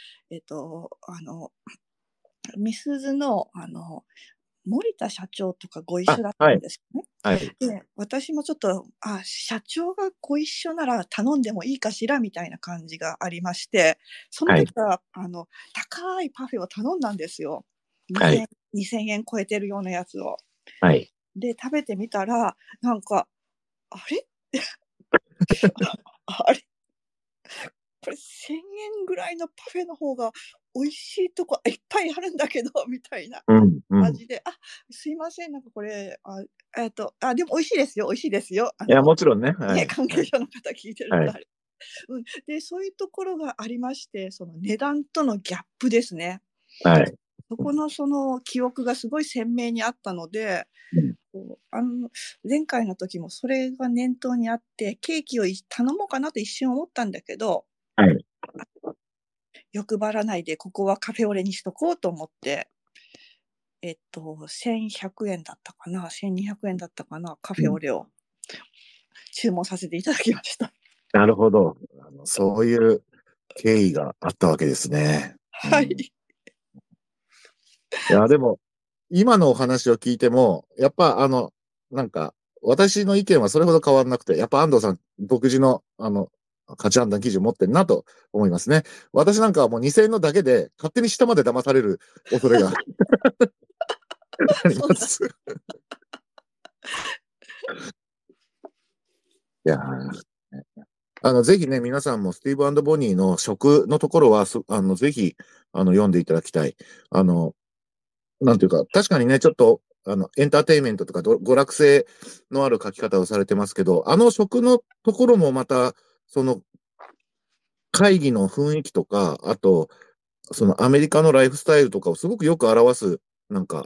みすゞの森田社長とかご一あ、 緒だったはい。 んですね。 はい。 で、私もちょっと、社長がご一緒なら頼んでもいいかしらみたいな感じがありまして、そのはい。 時は、高いパフェを頼んだんですよ。 はい。 2000円超えてるようなやつを。 はい。 で、食べてみたら、なんか、あれあれこれ1000円ぐらいのパフェの方が美味しいとこいっぱいあるんだけど、みたいなうん。うん。 感じで、すいません、なんかこれ、でも美味しいですよ、美味しいですよ。 いや、もちろんね。はね、 い。はい。 関係者の方聞いてるはい。 とあれ。うん。で、そういうところがありまして、その値段とのギャップですね。 はい。 そこのその記憶がすごい鮮明にあったので、 うん。 前回の時もそれが念頭にあって、ケーキを頼もうかなと一瞬思ったんだけど、 はい。 欲張らないでここはカフェオレにしとこうと思って、1100円だったかな、1200円だったかな、カうん。 フェオレを注文させていただきました。 なるほど。そういう経緯があったわけですね。うん。いはい。 や、でも、今のお話を聞いても、やっぱなんか、私の意見はそれほど変わらなくて、やっぱ安藤さん独自の、価値判断基準を持ってるなと思いますね。私なんかはもう2000円のだけで、勝手に下まで騙される恐れがありそんな。 ます。いやー、ぜひね、皆さんもスティーブ&ボニーの食のところは、ぜひ、読んでいただきたい。あの、なんていうか、確かにね、ちょっと、エンターテインメントとか娯楽性のある書き方をされてますけど、食のところもまた、その会議の雰囲気とか、あと、そのアメリカのライフスタイルとかをすごくよく表す、なんか、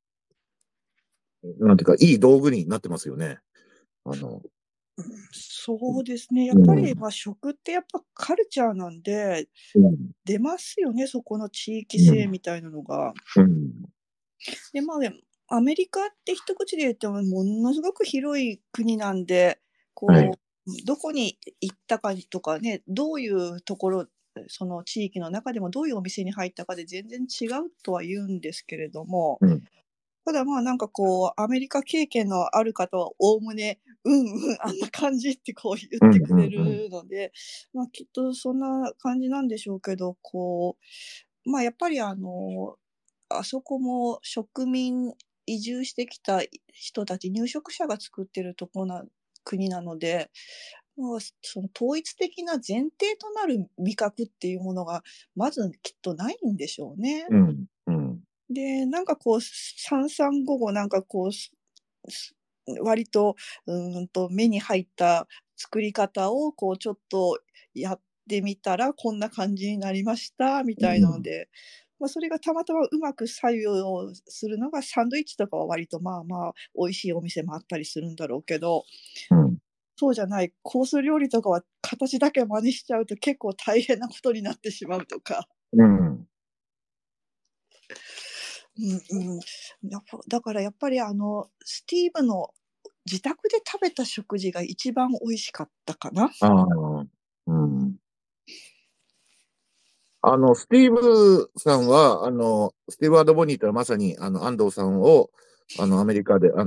なんていうか、いい道具になってますよね。あの、 そうですね。やうっぱり、 ん、 食ってやっぱカルチャーなんで、 うん、 出ますよね、そこの地域うん、 性みたいなのが。 うん、 で、アメリカって一口で言ってもものすごく広い国なんで、 はい、 どこに行ったかとかね、どういうところ、その地域の中でもどういうお店に入ったかで全然違うとは言うんですけれども、 うん、 ただなんかアメリカ経験のある方はおおむねあんな感じってこう言うんってくれうんうん。 るので、きっとそんな感じなんでしょうけど、やっぱりあそこも植民移住してきた人たち、入植者が作ってる国なので、その統一的な前提となる味覚っていうものが、まずきっとないんでしょうね。 うん、うん。 で、三々五々割と、目に入った作り方をちょっとやってみたら、こんな感じになりましたみたいうん、 なので、それがたまたまうまく作用するのが、サンドイッチとかは割と美味しいお店もあったりするんだろうけど、 うん。 そうじゃないコース料理とかは形だけ真似しちゃうと結構大変なことになってしまうとか。 うん。 うんうん。だからやっぱりスティーブの自宅で食べた食事が一番美味しかったかな。 ああ、うん。スティーブさんは、スティーブ・ボニーとはまさに、安藤さんを、アメリカで、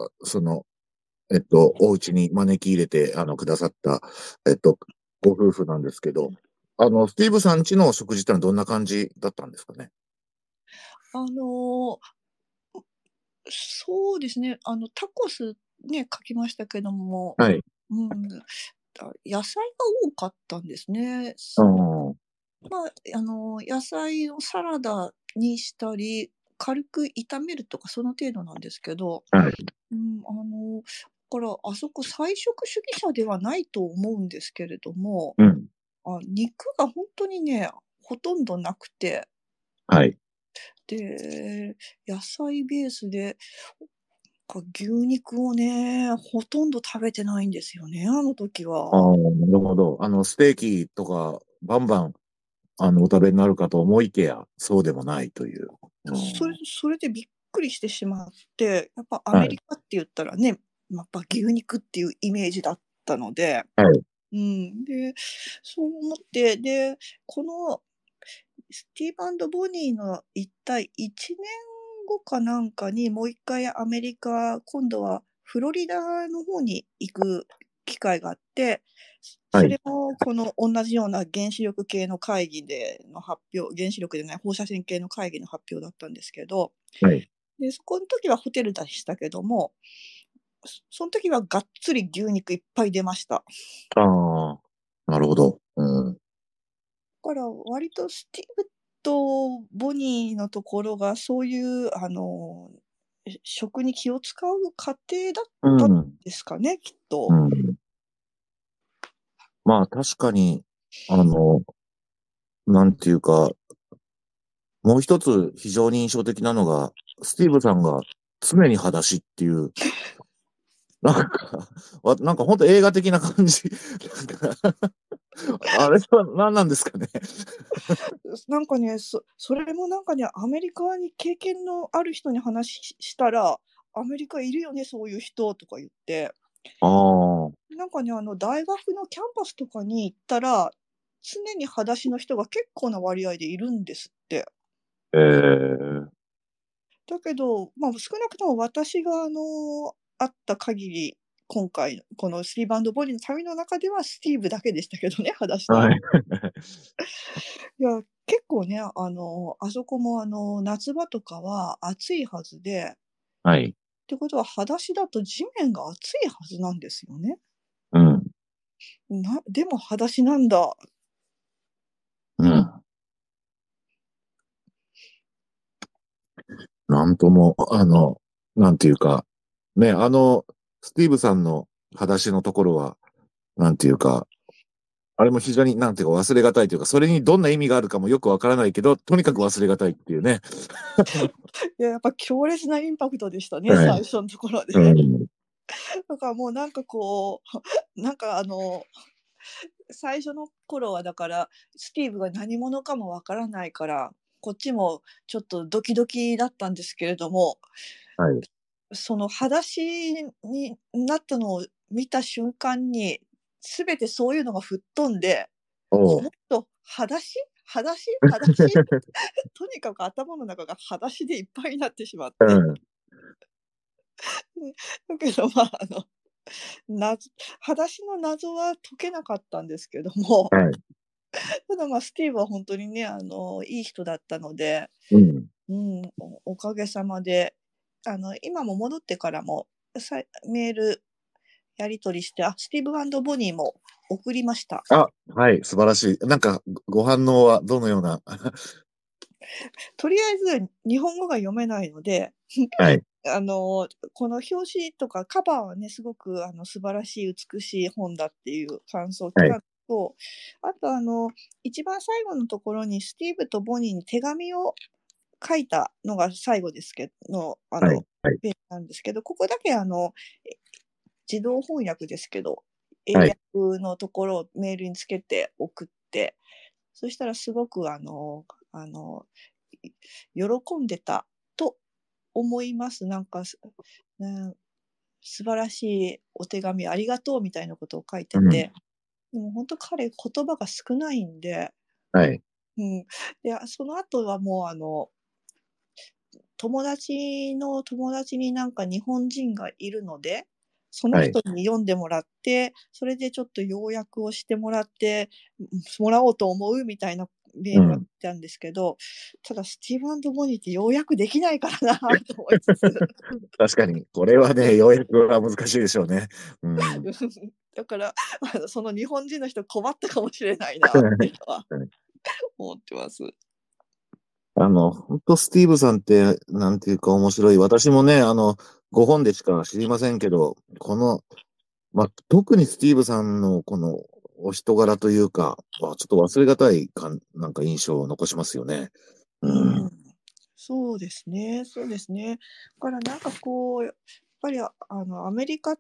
お家に招き入れて、くださった、ご夫婦なんですけど、スティーブさん家の食事ってのはどんな感じだったんですかね。 あの、そうですね、タコスね、書きましたけども、 はい。 うん、野菜が多かったんですね。 ああ、 野菜をサラダにしたり、軽く炒めるとかその程度なんですけど、 はい。 だからあそこ菜食主義者ではないと思うんですけれども、 うん。 肉が本当にね、ほとんどなくて、 はい。 で、野菜ベースで、牛肉をね、ほとんど食べてないんですよね、あの時は。 ああ、なるほど。ステーキとか、バンバン、お食べになるかと思いきや、そうでもないという。うん、 それでびっくりしてしまって、やっぱアはい。 メリカって言ったらね、やっぱ牛肉っていうイメージだったので、 はい。 で、そう思って、で、このスティーブボニーの一体1年後かなんかにもう一回アメリカ、今度はフロリダの方に行く機会があって、 はい。 それもこの同じような原子力系の会議での発表、原子力でない放射線系の会議の発表だったんですけど、 はい。 で、そこの時はホテルでしたけども、その時はがっつり牛肉いっぱい出ました。 ああ、なるほど。うん。 だから割とスティーブとボニーのところがそういう食に気を使う家庭だったんうん。 ですかね、きっと。 うん。まあ、確かに、なんていうか、もう一つ非常に印象的なのが、スティーブさんが常に裸足っていう、なんか、なんか本当映画的な感じ。なんかあれは何なんですかね。 なんかね、それもなんかね、アメリカに経験のある人に話したら、アメリカいるよね、そういう人とか言って。 ああ、 なんかね、大学のキャンパスとかに行ったら、常に裸足の人が結構な割合でいるんですって。 ええ、 だけど、少なくとも私が会った限り、今回、このスティーブボニーの旅の中ではスティーブだけでしたけどね、裸足なの。 はい。 いや、結構ね、あそこも夏場とかは暑いはずで、っはい。 てことは裸足だと地面が熱いはずなんですよね。 うん。 でも裸足なんだ。 うん。なんとも、なんていうか、ね、スティーブさんの裸足のところは、なんていうか、あれも非常に、なんていうか忘れがたいというか、それにどんな意味があるかもよくわからないけど、とにかく忘れがたいっていうね。 いや、やっぱ強烈なインパクトでしたね、 はい。 最初のところうで。 ん。 だからもうなんかなんか最初の頃はだから、スティーブが何者かもわからないから、こっちもちょっとドキドキだったんですけれども、 はい。 その裸足になったのを見た瞬間に、全てそういうのが吹っ飛んで、 おう。 この人、裸足裸足裸足とにかく頭の中が裸足でいっぱいになってしまっうて。 ん。 だけど、 裸足の謎は解けなかったんですけども、 はい。 ただスティーブは本当にね、いい人だったので、 うん。 おかげさまで、今も戻ってからも、メールやり取りして、スティーブ&ボニーも送りました。 はい、素晴らしい。なんか、ご反応はどのような。 とりあえず、日本語が読めないので、 はい。 この表紙とかカバーはね、すごく素晴らしい、美しい本だっていう感想を聞はい。 かんと、あと一番最後のところにスティーブとボニーに手紙を書いたのが最後ですけど、 はい。はい。 ページなんですけど、ここだけ自動翻訳ですけど、英はい。 訳のところをメールにつけて送って、そしたらすごく喜んでたと思います。なんか、素晴らしいお手紙ありがとうみたいなことを書いてうん。 て、でも本当彼言葉が少ないんで、 はい。 うん。で、その後はもう友達の友達になんか日本人がいるので、そのはい。 人に読んでもらって、それでちょっと要約をしてもらって、もらおうと思うみたいなメールが来うん。 たんですけど、ただスティーブ&ボニーって要約できないからなと思いつつ、 確かに、これはね、要約は難しいでしょうね。うん。 だから、その日本人の人困ったかもしれないなっていうのは思ってます。 本当スティーブさんって、なんていうか面白い。私もね、ご本でしか知りませんけど、特にスティーブさんのこのお人柄というか、ちょっと忘れがたいなんか印象を残しますよね。 ううん。 ん、そうですね、そうですね。だからなんかこう、やっぱりアメリカって、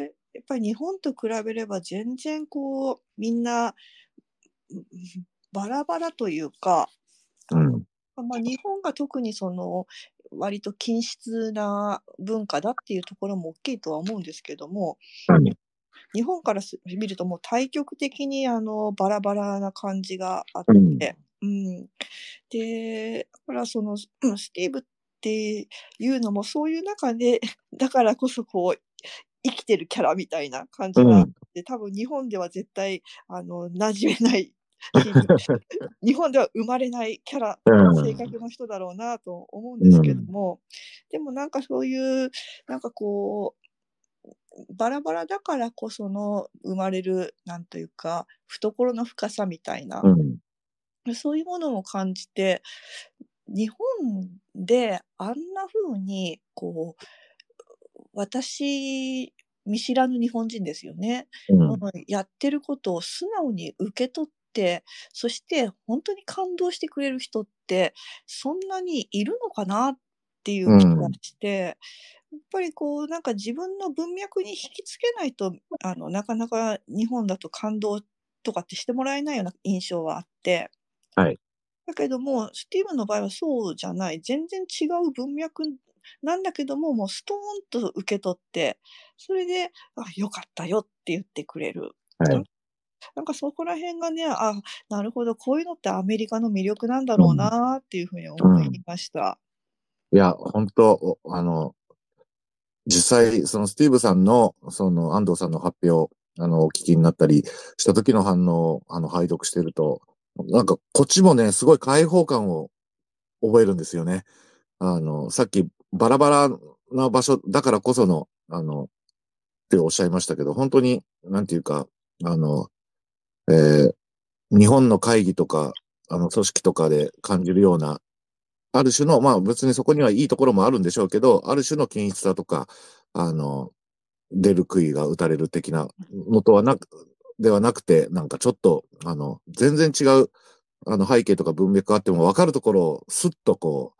やっぱり日本と比べれば全然こう、みんな、バラバラというか、 うん。 日本が特に割と均質な文化だっていうところも大きいとは思うんですけども、 はい。 日本から見るともう対極的にバラバラな感じがあっうん。 て、で、だからスティーブっていうのもそういう中で、だからこそこう、生きてるキャラみたいな感じがあっうん。 て、多分日本では絶対馴染めないし、日本では生まれないキャラ、 う性ん。 格の人だろうなと思うんですけどうん。 も、でもなんかそういう、なんかこバラバラだからこその生まれる、なんというか、懐の深さみたいな、 うん。 そういうものを感じて、日本であんな風に私、見知らぬ日本人ですよね。やってることを素直に受け取って、そして本当に感動してくれる人って、そんなにいるのかなっていう気がうん。 して、やっぱりなんか自分の文脈に引きつけないと、なかなか日本だと感動とかってしてもらえないような印象はあって、 はい。 だけども、スティーブの場合はそうじゃない、全然違う文脈なんだけども、もうストーンと受け取って、それで、良かったよって言ってくれる。なんはい。 なんかそこら辺がね、なるほど、こういうのってアメリカの魅力なんだろううん。 なっていう風に思いうん。 ました。 いや、本当実際、そのスティーブさんの、その安藤さんの発表、お聞きになったりした時の反応を、拝読してると、なんか、こっちもね、すごい開放感を覚えるんですよね。さっき、バラバラな場所だからこその、っておっしゃいましたけど、本当に、なんていうか、あの、えー日本の会議とか、組織とかで感じるような、ある種の、別にそこにはいいところもあるんでしょうけど、ある種の均一さとか、あの、出る杭が打たれる的なのとはではなくて、なんかちょっと、全然違う、背景とか文脈があっても分かるところをスッと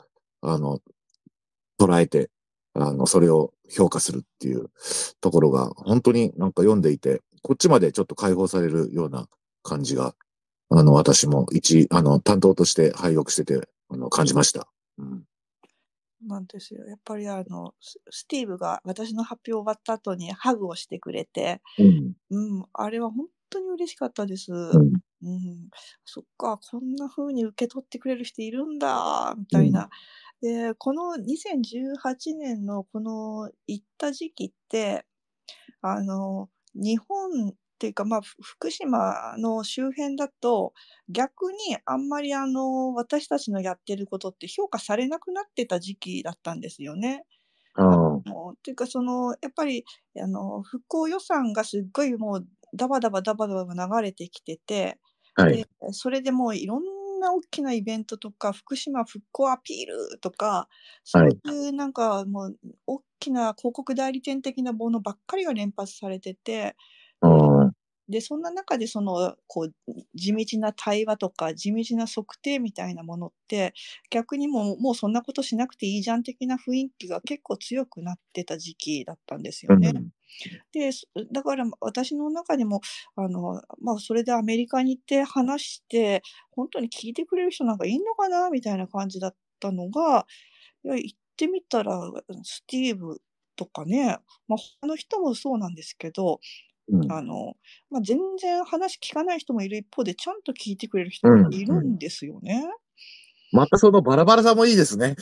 捉えて、それを評価するっていうところが、本当になんか読んでいて、こっちまでちょっと解放されるような感じが、私も担当として拝読してて、感じました。うん。 なんですよ。やっぱりスティーブが私の発表終わった後にハグをしてくれて、 うん。 あれは本当に嬉しかったです。 うん。 そっか、こんな風に受け取ってくれる人いるんだみうん。 たいな。で、この2018年のこの行った時期って、 日本っていうか、福島の周辺だと、逆にあんまり私たちのやってることって評価されなくなってた時期だったんですよね。っていうかやっぱり、復興予算がすっごいもうダバダバダバダバ流れてきてて、で、それでもういろんな大きなイベントとか、福島復興アピールとか、そういうなんかもう大きな広告代理店的なものばっかりが連発されてて、で、そんな中で地道な対話とか、地道な測定みたいなものって、逆にもうそんなことしなくていいじゃん的な雰囲気が結構強くなってた時期だったんですよね。で、だから私の中でも、それでアメリカに行って話して、本当に聞いてくれる人なんかいんのかなみたいな感じだったのが、いや、行ってみたら、スティーブとかね、他の人もそうなんですけど、全然話聞かない人もいる一方で、ちゃんと聞いてくれる人がいるんですよね。 またそのバラバラさもいいですね。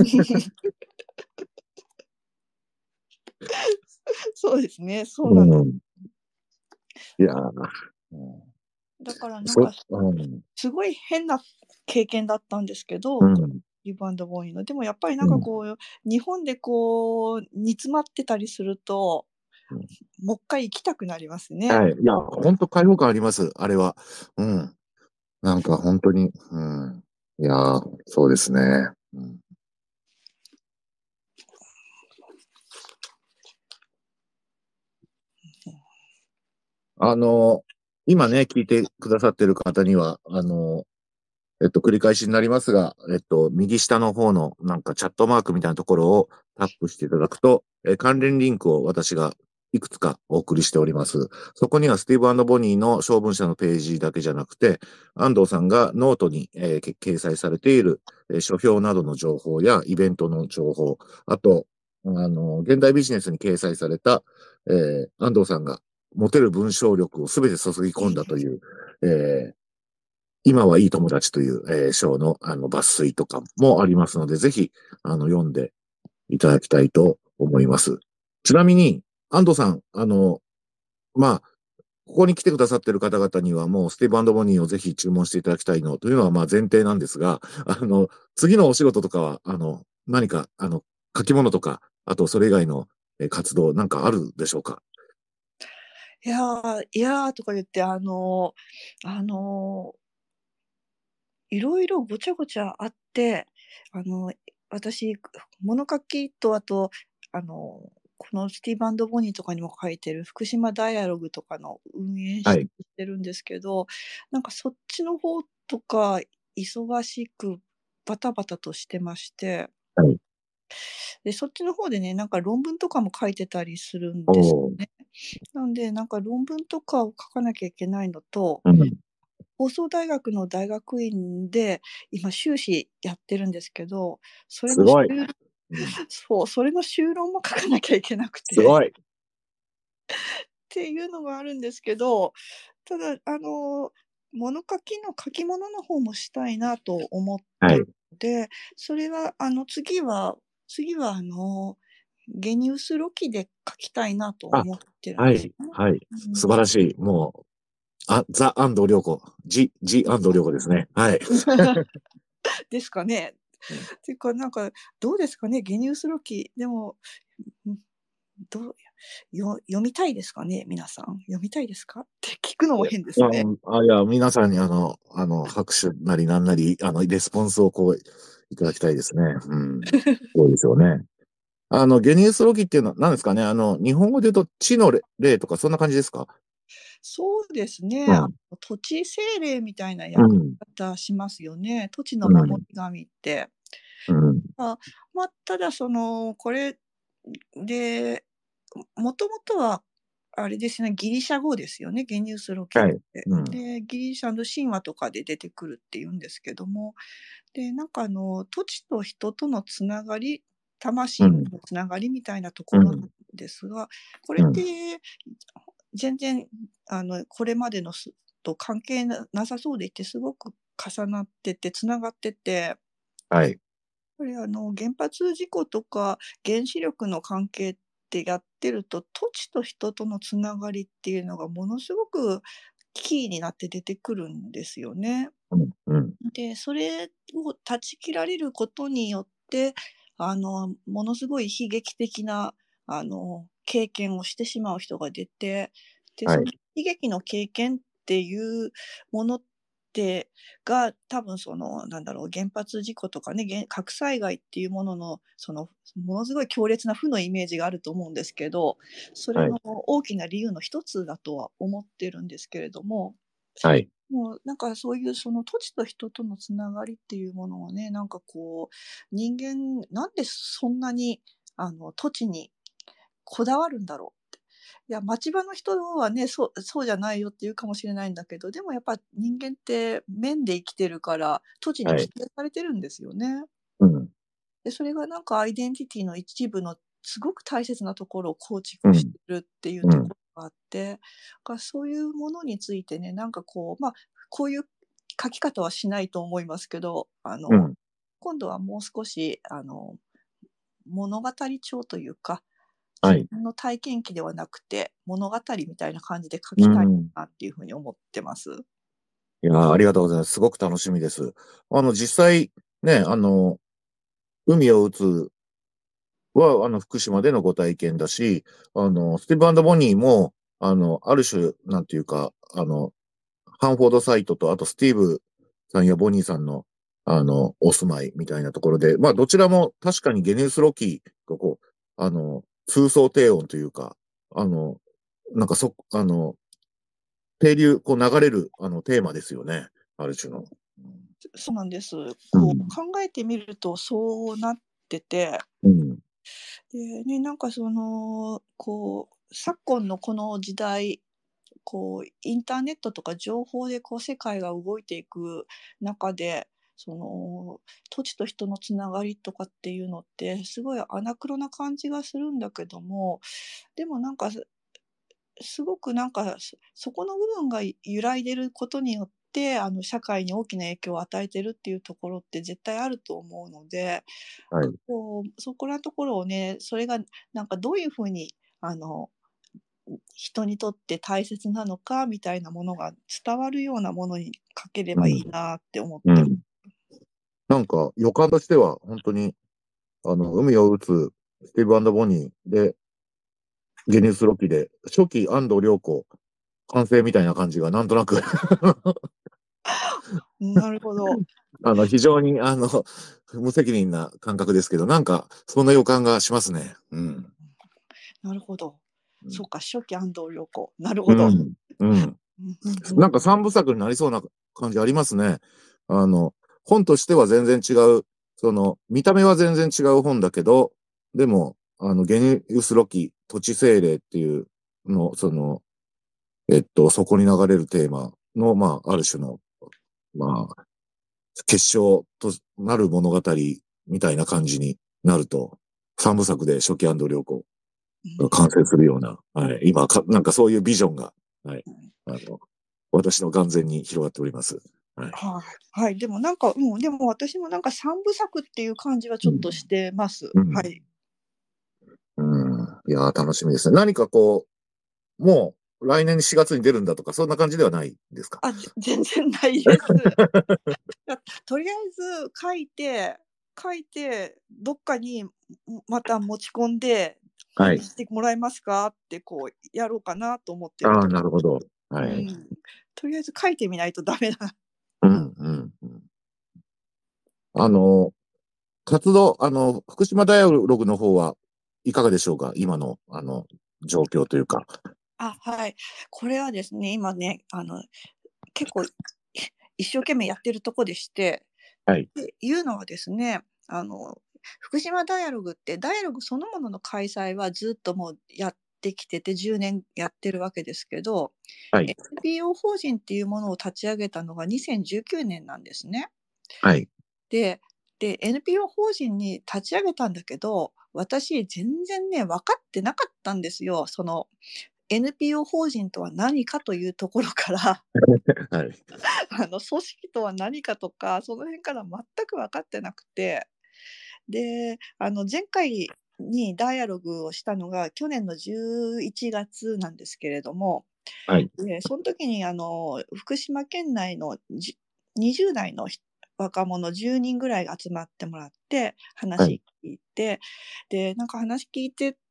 そうですね、そうなんです。 いやだからなんか、すごい変な経験だったんですけど、リブ&ボーイの。でもやっぱりなんか日本で煮詰まってたりすると、もう一回行きたくなりますね。 はい。いや、本当開放感あります、あれは。なんか本当に、いやそうですね。今ね、聞いてくださってる方には、繰り返しになりますが、右下の方のなんかチャットマークみたいなところをタップしていただくと、関連リンクを私がいくつかお送りしております。そこにはスティーブ&ボニーの小文社のページだけじゃなくて、安藤さんがノートに、掲載されている、書評などの情報やイベントの情報、あと、現代ビジネスに掲載された、安藤さんが持てる文章力をすべて注ぎ込んだという、今はいい友達という、章の抜粋とかもありますので、ぜひ読んでいただきたいと思います。ちなみに、安藤さん、ここに来てくださっている方々にはもうスティーブ&ボニーをぜひ注文していただきたいのというのは前提なんですが、次のお仕事とかは、何か、書き物とか、あとそれ以外の活動なんかあるでしょうか？ いやーとか言って、いろいろごちゃごちゃあって、私、物書きと、あと、このスティーブ&ボニーとかにも書いてる福島ダイアログとかの運営してるんですけど、なんかそっちの方とか忙しくバタバタとしてまして、で、そっちの方でね、なんか論文とかも書いてたりするんですね。なんで、なんか論文とかを書かなきゃいけないのと、放送大学の大学院で今修士やってるんですけど、それのそれの修論も書かなきゃいけなくて。 すごい。 っていうのがあるんですけど、ただ、物書きの書き物の方もしたいなと思ってるので、それは、次は、ゲニウスロキで書きたいなと思ってるんですね。 素晴らしい。もう、ザ・安藤涼子。ジ・安藤涼子ですね。はい。 ですかね。っていうか、なんか、どうですかね、ゲニウスロキ。でも、読みたいですかね、皆さん。読みたいですかって聞くのも変ですね。 いや、皆さんに拍手なりなんなり、レスポンスをいただきたいですね。そうですよね。ゲニウスロギっていうのは何ですかね、日本語で言うと地の霊とかそんな感じですか？ そうですね。土地精霊みたいな役方しますよね。土地の守り神って。ただこれで、もともとは、あれですね、ギリシャ語ですよね、ゲニウスロキって。で、ギリシャの神話とかで出てくるっていうんですけども、で、なんか土地と人とのつながり、魂のつながりみたいなところなんですが、これって、全然、これまでのと関係なさそうでいて、すごく重なってて、つながってて、やっぱり原発事故とか原子力の関係っってやってると、土地と人とのつながりっていうのがものすごくキーになって出てくるんですよね。で、それを断ち切られることによって、ものすごい悲劇的な、経験をしてしまう人が出て、で、その悲劇の経験っていうものってが、多分原発事故とかね、核災害っていうものの、ものすごい強烈な負のイメージがあると思うんですけど、それの大きな理由の一つだとは思ってるんですけれども、もうなんかそういうその土地と人とのつながりっていうものをね、なんかこう、人間なんでそんなに土地にこだわるんだろうって。いや、町場の人はね、そうじゃないよって言うかもしれないんだけど、でもやっぱ人間って面で生きてるから、土地に規定されてるんですよね。で、それがなんかアイデンティティの一部のすごく大切なところを構築してるっていうところがあって、そういうものについてね、なんかこう、こういう書き方はしないと思いますけど、今度はもう少し、物語調というか、自分の体験記ではなくて、物語みたいな感じで書きたいなっていうふうに思ってます。 いや、ありがとうございます。すごく楽しみです。実際、ね、海を打つは、福島でのご体験だし、スティーブ&ボニーも、ある種、なんていうか、ハンフォードサイトと、あとスティーブさんやボニーさんの、お住まいみたいなところで、まあ、どちらも確かにゲネウスロキがこう、通奏低音というか、なんか停留、こう流れる、テーマですよね。ある種の。 そうなんです。こう、考えてみるとそうなってて、で、ね、なんかこう、昨今のこの時代、こう、インターネットとか情報でこう世界が動いていく中で、土地と人のつながりとかっていうのって、すごいアナクロな感じがするんだけども、でもなんか、すごくなんか、そこの部分が揺らいでることによって、社会に大きな影響を与えてるっていうところって絶対あると思うので、こう、そこらところをね、それがなんかどういう風に、人にとって大切なのかみたいなものが伝わるようなものに書ければいいなって思ってます。 なんか予感としては本当に、海を打つスティーブ&ボニーで、ゲニスロキで、初期安藤涼子完成みたいな感じがなんとなくなるほど。 非常に、無責任な感覚ですけど、なんか、そんな予感がしますね。 なるほど。そうか、初期安藤涼子。なるほど。 なんか三部作になりそうな感じありますね。本としては全然違う、見た目は全然違う本だけど、でも、ゲニウスロキ、土地精霊っていうの、そこに流れるテーマの、まあ、ある種の、まあ、結晶となる物語みたいな感じになると、三部作で初期安藤涼子が完成するような、今なんかそういうビジョンが、私の眼前に広がっております。 はい。でもなんか、でも私もなんか三部作っていう感じはちょっとしてます。はい。 いやー、楽しみですね。何かこう、もう来年4月に出るんだとか、そんな感じではないですか？ 全然ないです。とりあえず書いて、どっかにまた持ち込んで、本にしてもらえますかってこうやろうかなと思ってると。 なるほど。 とりあえず書いてみないとダメだ。 活動、福島ダイアログの方はいかがでしょうか？今の、状況というか。 はい。これはですね、今ね、結構一生懸命やってるとこでして、っていうのはですね、福島ダイアログって、ダイアログそのものの開催はずっともうやってきてて、10年やってるわけですけど、NPO 法人っていうものを立ち上げたのが2019年なんですね。で、NPO 法人に立ち上げたんだけど、私全然ね、分かってなかったんですよ。NPO 法人とは何かというところから組織とは何かとか、その辺から全く分かってなくて、で、前回にダイアログをしたのが去年の11月なんですけれども、 はい。 で、その時に福島県内の20代の若者10人ぐらいが集まってもらってはい。 話聞いて、で、なんか話聞いてって、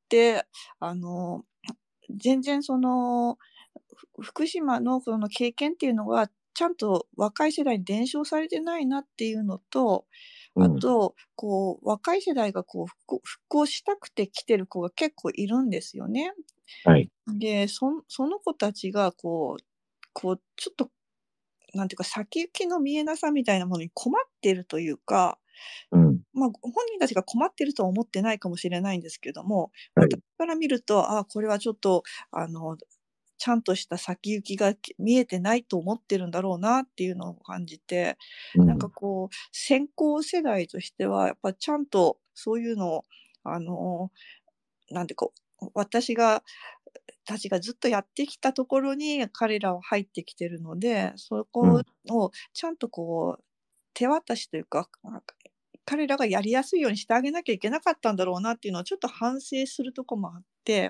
全然福島のその経験っていうのが、ちゃんと若い世代に伝承されてないなっていうのと、 うん。 あと、若い世代が復興したくて来てる子が結構いるんですよね。 はい。 で、その子たちがちょっと、なんていうか、先行きの見えなさみたいなものに困ってるというか、 うん。 本人たちが困ってるとは思ってないかもしれないんですけども、私はい。 から見ると、これはちょっと、あの、ちゃんとした先行きが見えてないと思ってるんだろうなっていうのを感じて、なんかうん。 先行世代としては、やっぱちゃんとそういうのを、あの、なんていうか、私たちがずっとやってきたところに彼らは入ってきてるので、そこうん。 をちゃんと手渡しというか、彼らがやりやすいようにしてあげなきゃいけなかったんだろうなっていうのはちょっと反省するとこもあって、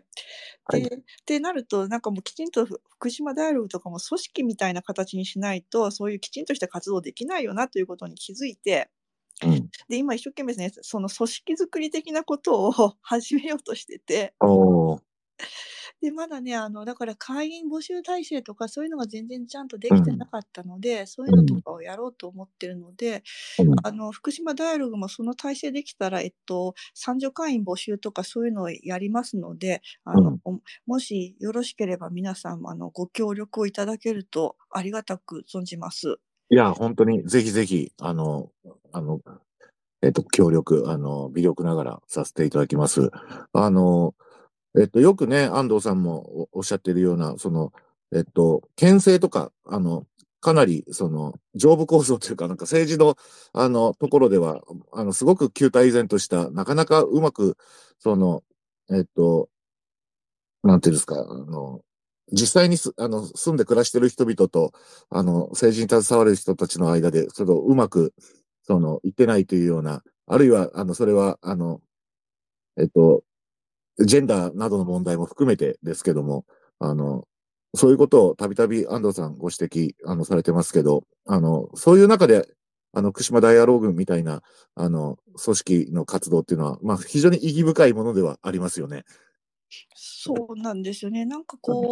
はい。 でなると、なんかもうきちんと福島ダイアログとかも組織みたいな形にしないと、そういうきちんとした活動できないよなということに気づいて、 うん。 で、今一生懸命ですね、その組織づくり的なことを始めようとしてて、 おー。 で、まだね、だから会員募集体制とかそういうのが全然ちゃんとできてうん。 なかったので、そういうのとうん。 かをやろうと思ってるので、 うん。 福島ダイアログもその体制できたら、参助会員募集とかそういうのをやりますので、 うん。 もしよろしければ皆さんもご協力をいただけるとありがたく存じます。 いや、本当に、ぜひぜひ、あの、協力、微力ながらさせていただきます。あの、よくね、安藤さんもおっしゃっているような、県政とか、かなり、上部構造というか、なんか政治の、ところでは、すごく旧態依然とした、なかなかうまく、その、えっと、なんていうんですか、実際に住んで暮らしている人々と、政治に携わる人たちの間で、うまく、言ってないというような、あるいは、それは、えっと、ジェンダーなどの問題も含めてですけども、あの、そういうことをたびたび安藤さんご指摘、されてますけど、そういう中で、福島ダイアローグみたいな、組織の活動っていうのは、まあ、非常に意義深いものではありますよね。 そうなんですよね。なんかうん。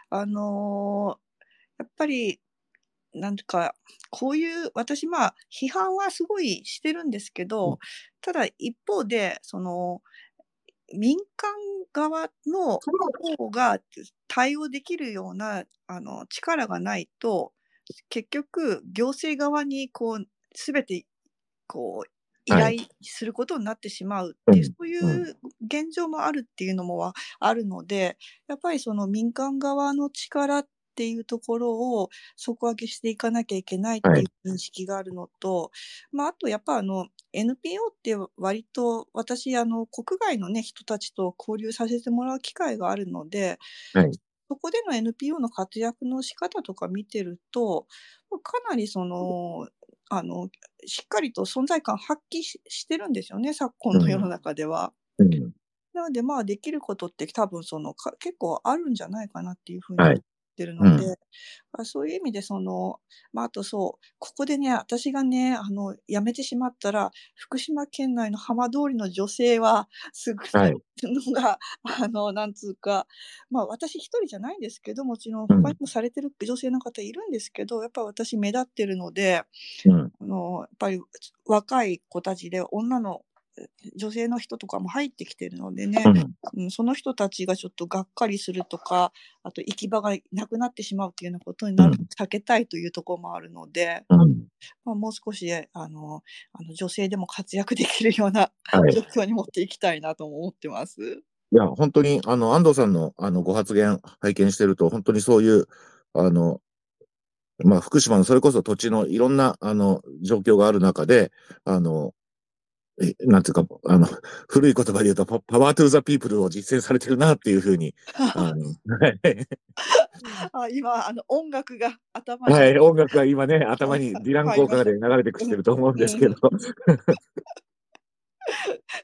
やっぱりなんか、こういう私、批判はすごいしてるんですけうん。 ど、ただ一方で、民間側の方が対応できるような、力がないと、結局行政側に全て依はい。 頼することになってしまうっていう、 うん。 そういうん。 う現状もあるっていうのもあるので、やっぱりその民間側の力っていうところを底上げしていかなきゃいけないっはい。 ていう認識があるのと、あとやっぱNPO って割と私国外のね、人たちと交流させてもらう機会があるので、 はい。 そこでの NPO の活躍の仕方とか見てると、かなりあの、しっかりと存在感発揮してるんですよね、昨今うん。 の世の中では。 うん。 なので、できることって多分結構あるんじゃないかなっていう風に思っはい。 てるうん。 ので、そういう意味であとここでね、私がね、辞めてしまったら、福島県内の浜通りの女性は少ないはい。 のが、なんつうか、私一人じゃないんですけど、もちろんうん。 他にもされてる女性の方いるんですけど、やっぱ私目立ってるので、 うん。 やっぱり若い子たちで女性の人とかも入ってきてるのでね、 うん。 その人たちがちょっとがっかりするとか、あと行き場がなくなってしまうっていうようなことになるうん。 避けたいというところもあるので、 うん。 もう少し、女性でも活躍できるようなはい。 状況に持っていきたいなとも思ってます。 いや、本当に、安藤さんの、ご発言拝見してると、本当にそういう、あの、まあ、福島のそれこそ土地のいろんな、状況がある中で、あの、なんていうか、古い言葉で言うと、パワートゥーザピープルを実践されてるなっていうふうに、はい。 今、音楽が頭にはい、音楽が今ね、頭にディラン効入りました。 果で流れてきうん。 てると思うんですけど、 うん。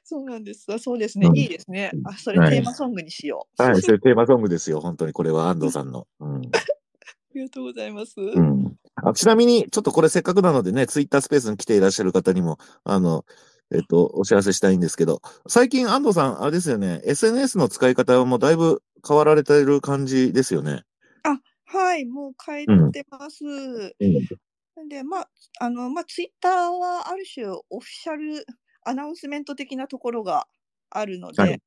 そうなんです。そうですね。 うん。 いいですね。それはい。 テーマソングにしよう。 はい。それテーマソングですよ。本当にこれは安藤さんの。うん。 ありがとうございます。 うん。ちなみに、ちょっとこれせっかくなのでね、ツイッタースペースに来ていらっしゃる方にも、お知らせしたいんですけど、最近安藤さん、あれですよね、SNS の使い方もだいぶ変わられている感じですよね。 はい、もう変えうん。 てます。 うん。 で、ツイッターはある種オフィシャルアナウンスメント的なところがあるのはい。 で、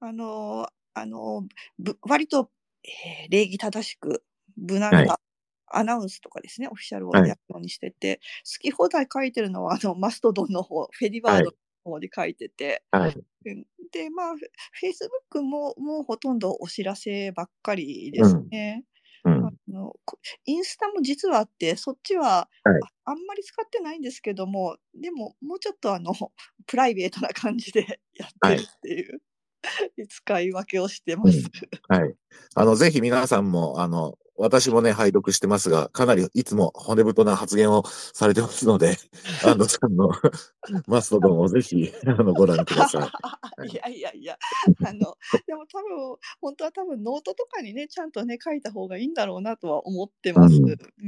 割と、礼儀正しく無難はい。 なアナウンスとかですね、オフィシャルをはい。 やるようにしてて、好き放題書いてるのはマストドンの方、フェディワードはい。 の方で書いてて、 はい。 で、フェイスブックもほとんどお知らせばっかりですうん。 ね。 うん。 インスタも実はあって、そっちははい。 あんまり使ってないんですけども、でも、もうちょっとプライベートな感じでやってるはい。 っていう使い分けをしてます。 うん。はい。ぜひ皆さんも、私もね、拝読してますが、かなりいつも骨太な発言をされてますので、安藤さんのマストドンをぜひ、ご覧ください。はいい。 やいやいや、でも本当は多分ノートとかにね、ちゃんとね、書いた方がいいんだろうなとは思ってます。 うん。 うん。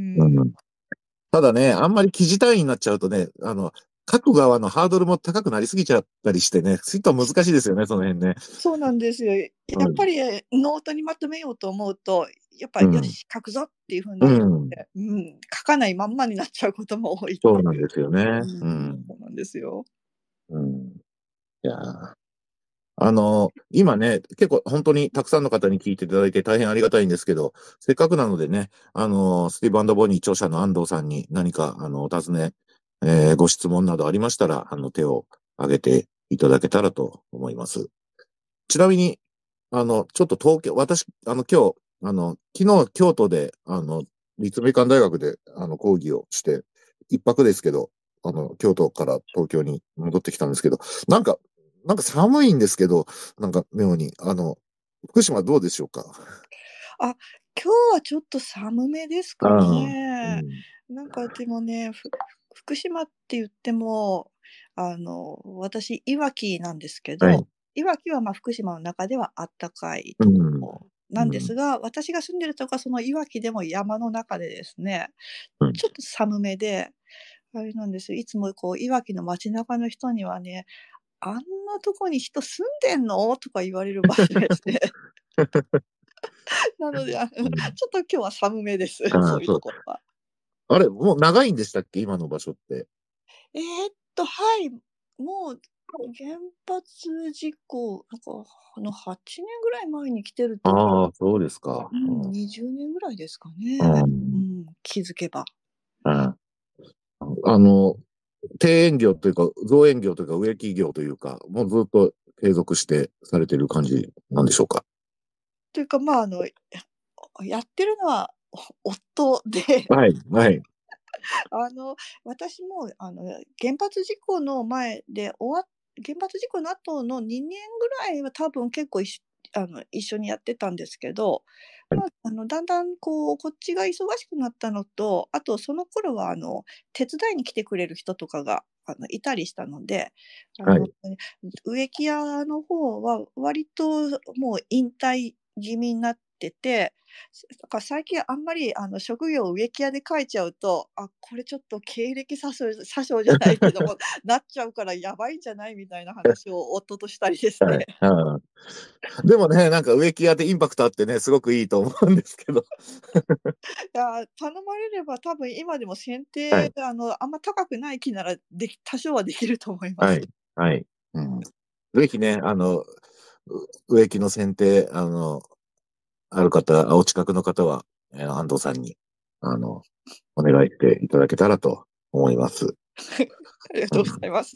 うん。ただね、あんまり記事単位になっちゃうとね、書く側のハードルも高くなりすぎちゃったりしてね、すいと難しいですよね、その辺ね。 そうなんですよ。やうん。 っぱりノートにまとめようと思うと、やっぱうん。 よし、書くぞっていう風にうなるのん。 で、書かないまんまになっちゃうことも多いっていう。 そうなんですよね。うん。 そうなんですよ。 うん。いやー、今ね、結構本当にたくさんの方に聞いていただいて大変ありがたいんですけど、せっかくなのでね、スティーブボニー著者の安藤さんに何か、お尋ね、ご質問などありましたら、手を挙げていただけたらと思います。ちなみに、ちょっと東京、私、今日、昨日、京都で、立命館大学で、講義をして、一泊ですけど、京都から東京に戻ってきたんですけど、なんか、なんか寒いんですけど、なんか妙に、福島どうでしょうか？ あ、今日はちょっと寒めですかああ、うね。 ん。 なんかでもね、福島って言っても、私、いわきなんですけはい。 ど、いわきは福島の中ではあったかいとこうん。 ろなんでうん。 すが、私が住んでるとこはそのいわきでも山の中でですね、 うん。 ちょっと寒めで、あれなんですよ、いつもこういわきの街中の人にはね、「あんなとこに人住んでんの？」とか言われる場所ですね。なので、 うん。 ちょっと今日は寒めです。 ああ、 そういうそう。 ところは。 あれ、もう長いんでしたっけ今の場所って？ はい、もう原発事故、8年ぐらい前に来てると、 ああ、そうですか。うん。 20年ぐらいですかうね。 ん。 気づけば。 うん。あの、庭園業というか、造園業というか、植木業というか、もうずっと継続してされてる感じなんでしょうか？ というか、やってるのは夫で、 はい、はい、 あの、私も、原発事故の前で原発事故の後の2年ぐらいは多分結構一緒にやってたんですけど、だんだんこっちが忙しくなったのと、あとその頃は、手伝いに来てくれる人とかが、いたりしたので、あの、 はい。 植木屋の方は割ともう引退気味になってて、だから最近あんまり職業を植木屋で書いちゃうと、これちょっと経歴詐称じゃないけども、なっちゃうからやばいんじゃないみたいな話を夫としたりですね。 はい。うん。でもね、なんか植木屋でインパクトあってね、すごくいいと思うんですけど。 いや、頼まれれば多分今でも剪定、 はい、 あんま高くない木なら多少はできると思います。 はい、はい。うん。ぜひね、植木の剪定、ある方、お近くの方は、安藤さんに、あの、お願いしていただけたらと思います。 ありがとうござうん。 います。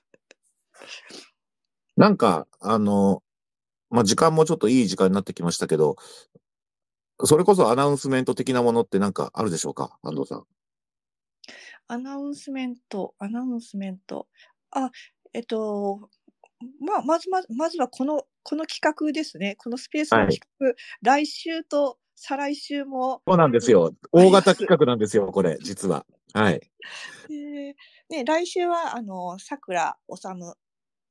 なんか、時間もちょっといい時間になってきましたけど、それこそアナウンスメント的なものってなんかあるでしょうか、安藤さん？ アナウンスメント。あ、えっと、まずはこの企画ですね。このスペースのはい。 企画、来週と再来週もそうなんですよ。大型企あります。 画なんですよ、これ、実は。はい。 で、ね、来週はさくらおさむ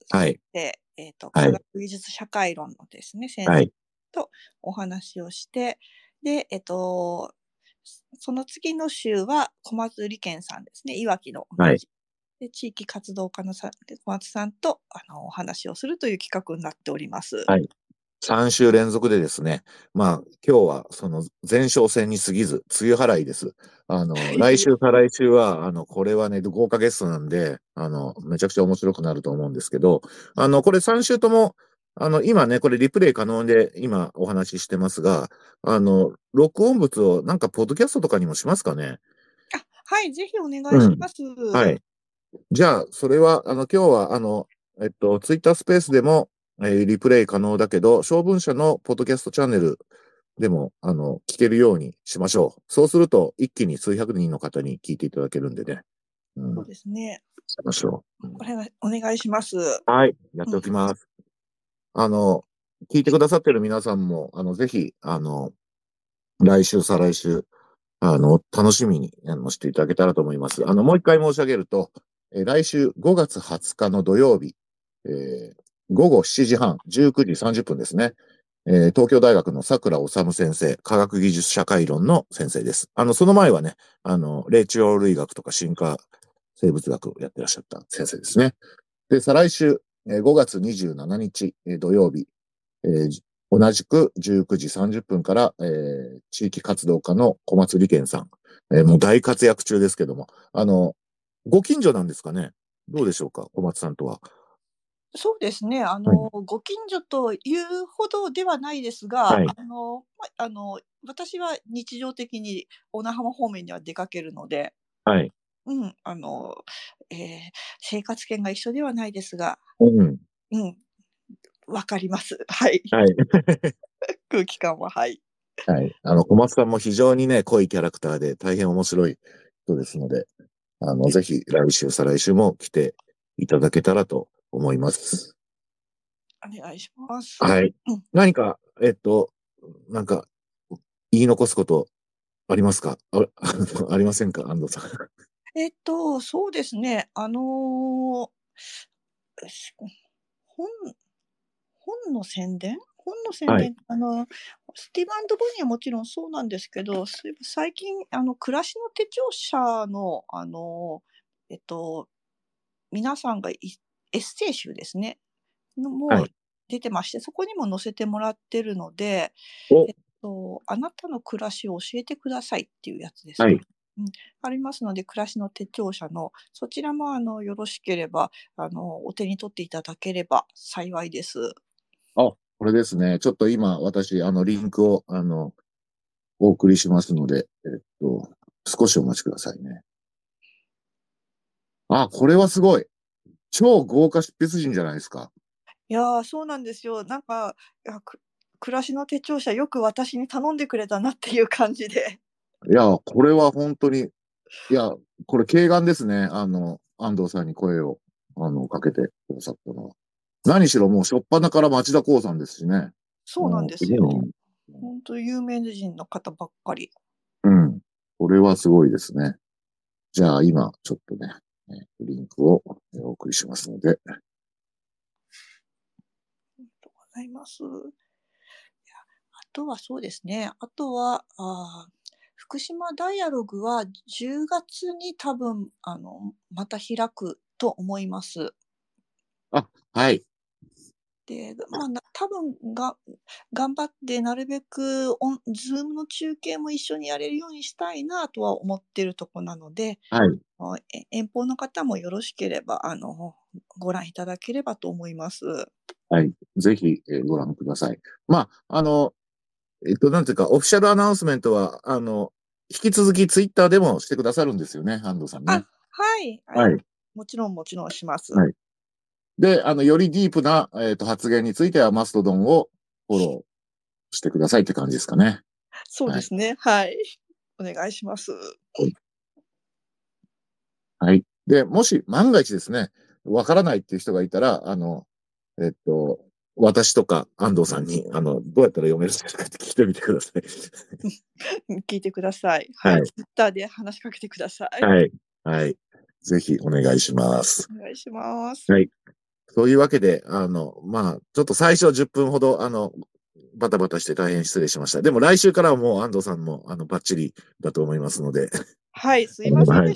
はい。 科はい。 学技術社会論のですね、先生はい。 とお話をして、で、その次の週は小松理研さんですね、いわきのはい。 で地域活動家の小松さんとお話をするという企画になっております。 はい。3週連続でですね、まあ、今日はその前哨戦に過ぎず、梅雨払いです。来週、再来週は、これはね、豪華ゲストなんで、めちゃくちゃ面白くなると思うんですけど、これ3週とも、今ね、これリプレイ可能で今お話ししてますが、録音物をなんかポッドキャストとかにもしますかね？ はい、ぜひお願いうん。 します。 はい。じゃあ、それは、今日は、ツイッタースペースでも、リプレイ可能だけど、小文社のポッドキャストチャンネルでも、聞けるようにしましょう。そうすると、一気に数百人の方に聞いていただけるんでね。うん。 そうですね。 しましょう。 お願いします。 はい。やっうん、 ておきます。あの、聞いてくださってる皆さんも、ぜひ、来週、再来週、楽しみに、していただけたらと思います。もう一回申し上げると、来週5月20日の土曜日、え午後7時半、19時30分ですね。東京大学の桜治先生、科学技術社会論の先生です。その前はね、霊長類学とか進化生物学をやってらっしゃった先生ですね。で、再来週、5月27日、土曜日、えー同じく19時30分から、地域活動家の小松理健さん、もう大活躍中ですけども、ご近所なんですかね？どうでしょうか、小松さんとは。 そうですね。 はい。 ご近所というほどではないですが、 はい。 私は日常的に小名浜方面には出かけるので、 はい。 うん、えー生活圏が一緒ではないですが、 うん。 うん、わかります。はい。 はい。 空気感は、はい。 はい。小松さんも非常にね、濃いキャラクターで大変面白い人ですので、ぜひ来週、再来週も来ていただけたらと思います。 お願いします。 はい。 うん。 何か、なんか、言い残すことありますか？ありませんか、安藤さん。 そうですね。し本本の宣はい。 伝、スティーブ・ボニーはもちろんそうなんですけど、そういえば最近、暮らしの手帳社の、えっと、皆さんがエッセイ集ですね、もはい。 出てまして、そこにも載せてもらってるので、 お、 あなたの暮らしを教えてくださいっていうやつですか。 はい。 うん、ありますので、暮らしの手帳社の、そちらもよろしければ、お手に取っていただければ幸いです。 あ、これですね。ちょっと今、私、リンクを、お送りしますので、少しお待ちくださいね。あ、これはすごい。超豪華執筆陣じゃないですか。 いやー、そうなんですよ。なんか、暮らしの手帳社よく私に頼んでくれたなっていう感じで。 いや、これは本当に、いや、これ、慶願ですね。安藤さんに声を、かけてくださったのは。何しろもう、初っ端から町田光さんですしね。 そうなんすごいですよ。 な。 ほんと有名人の方ばっかり。 うん。これはすごいですね。じゃあ、今、ちょっとね、リンクをお送りしますので。 ありがとうございます。あとはそうですね。あとは、福島ダイアログは10月に多分、また開くと思います。 あ、はい。 で、多分頑張ってなるべくズームの中継も一緒にやれるようにしたいなとは思ってるとこなので、 はい。 遠方の方もよろしければ、ご覧いただければと思います。 はい。ぜひ、ご覧ください。まあ、なんていうか、オフィシャルアナウンスメントは、引き続きツイッターでもしてくださるんですよね、安藤さんね。 はい。 はい。 もちろんします。 はい。で、よりディープな、発言については、マストドンをフォローしてくださいって感じですかね。はい。 そうですね。はい。お願いします。 はい。で、もし万が一ですね、わからないっていう人がいたら、えっと、私とか安藤さんに、どうやったら読めるんですかって聞いてみてください。 聞いてください。はい。 はい。 ツイッターで話しかけてください。 はい。はい。ぜひお願いします。 お願いします。 はい。 そういうわけで、ちょっと最初10分ほど、バタバタして大変失礼しました。でも来週からはもう安藤さんも、バッチリだと思いますので。 はい、すいませんはい。 でした。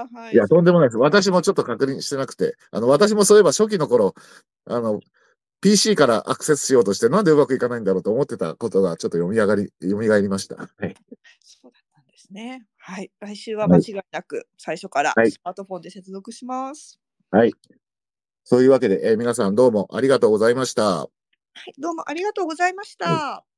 はい。 いや、とんでもないです。私もちょっと確認してなくて、私もそういえば初期の頃、あの、PC からアクセスしようとして、なんでうまくいかないんだろうと思ってたことがちょっと蘇りました。はい。 そうだったんですね。はい。来週ははい。 間違いなく最初からはい。 スマートフォンで接続します。 はい。そういうわけで、皆さんどうもありがとうございました。ははい、どうもありがとうございましい。 た。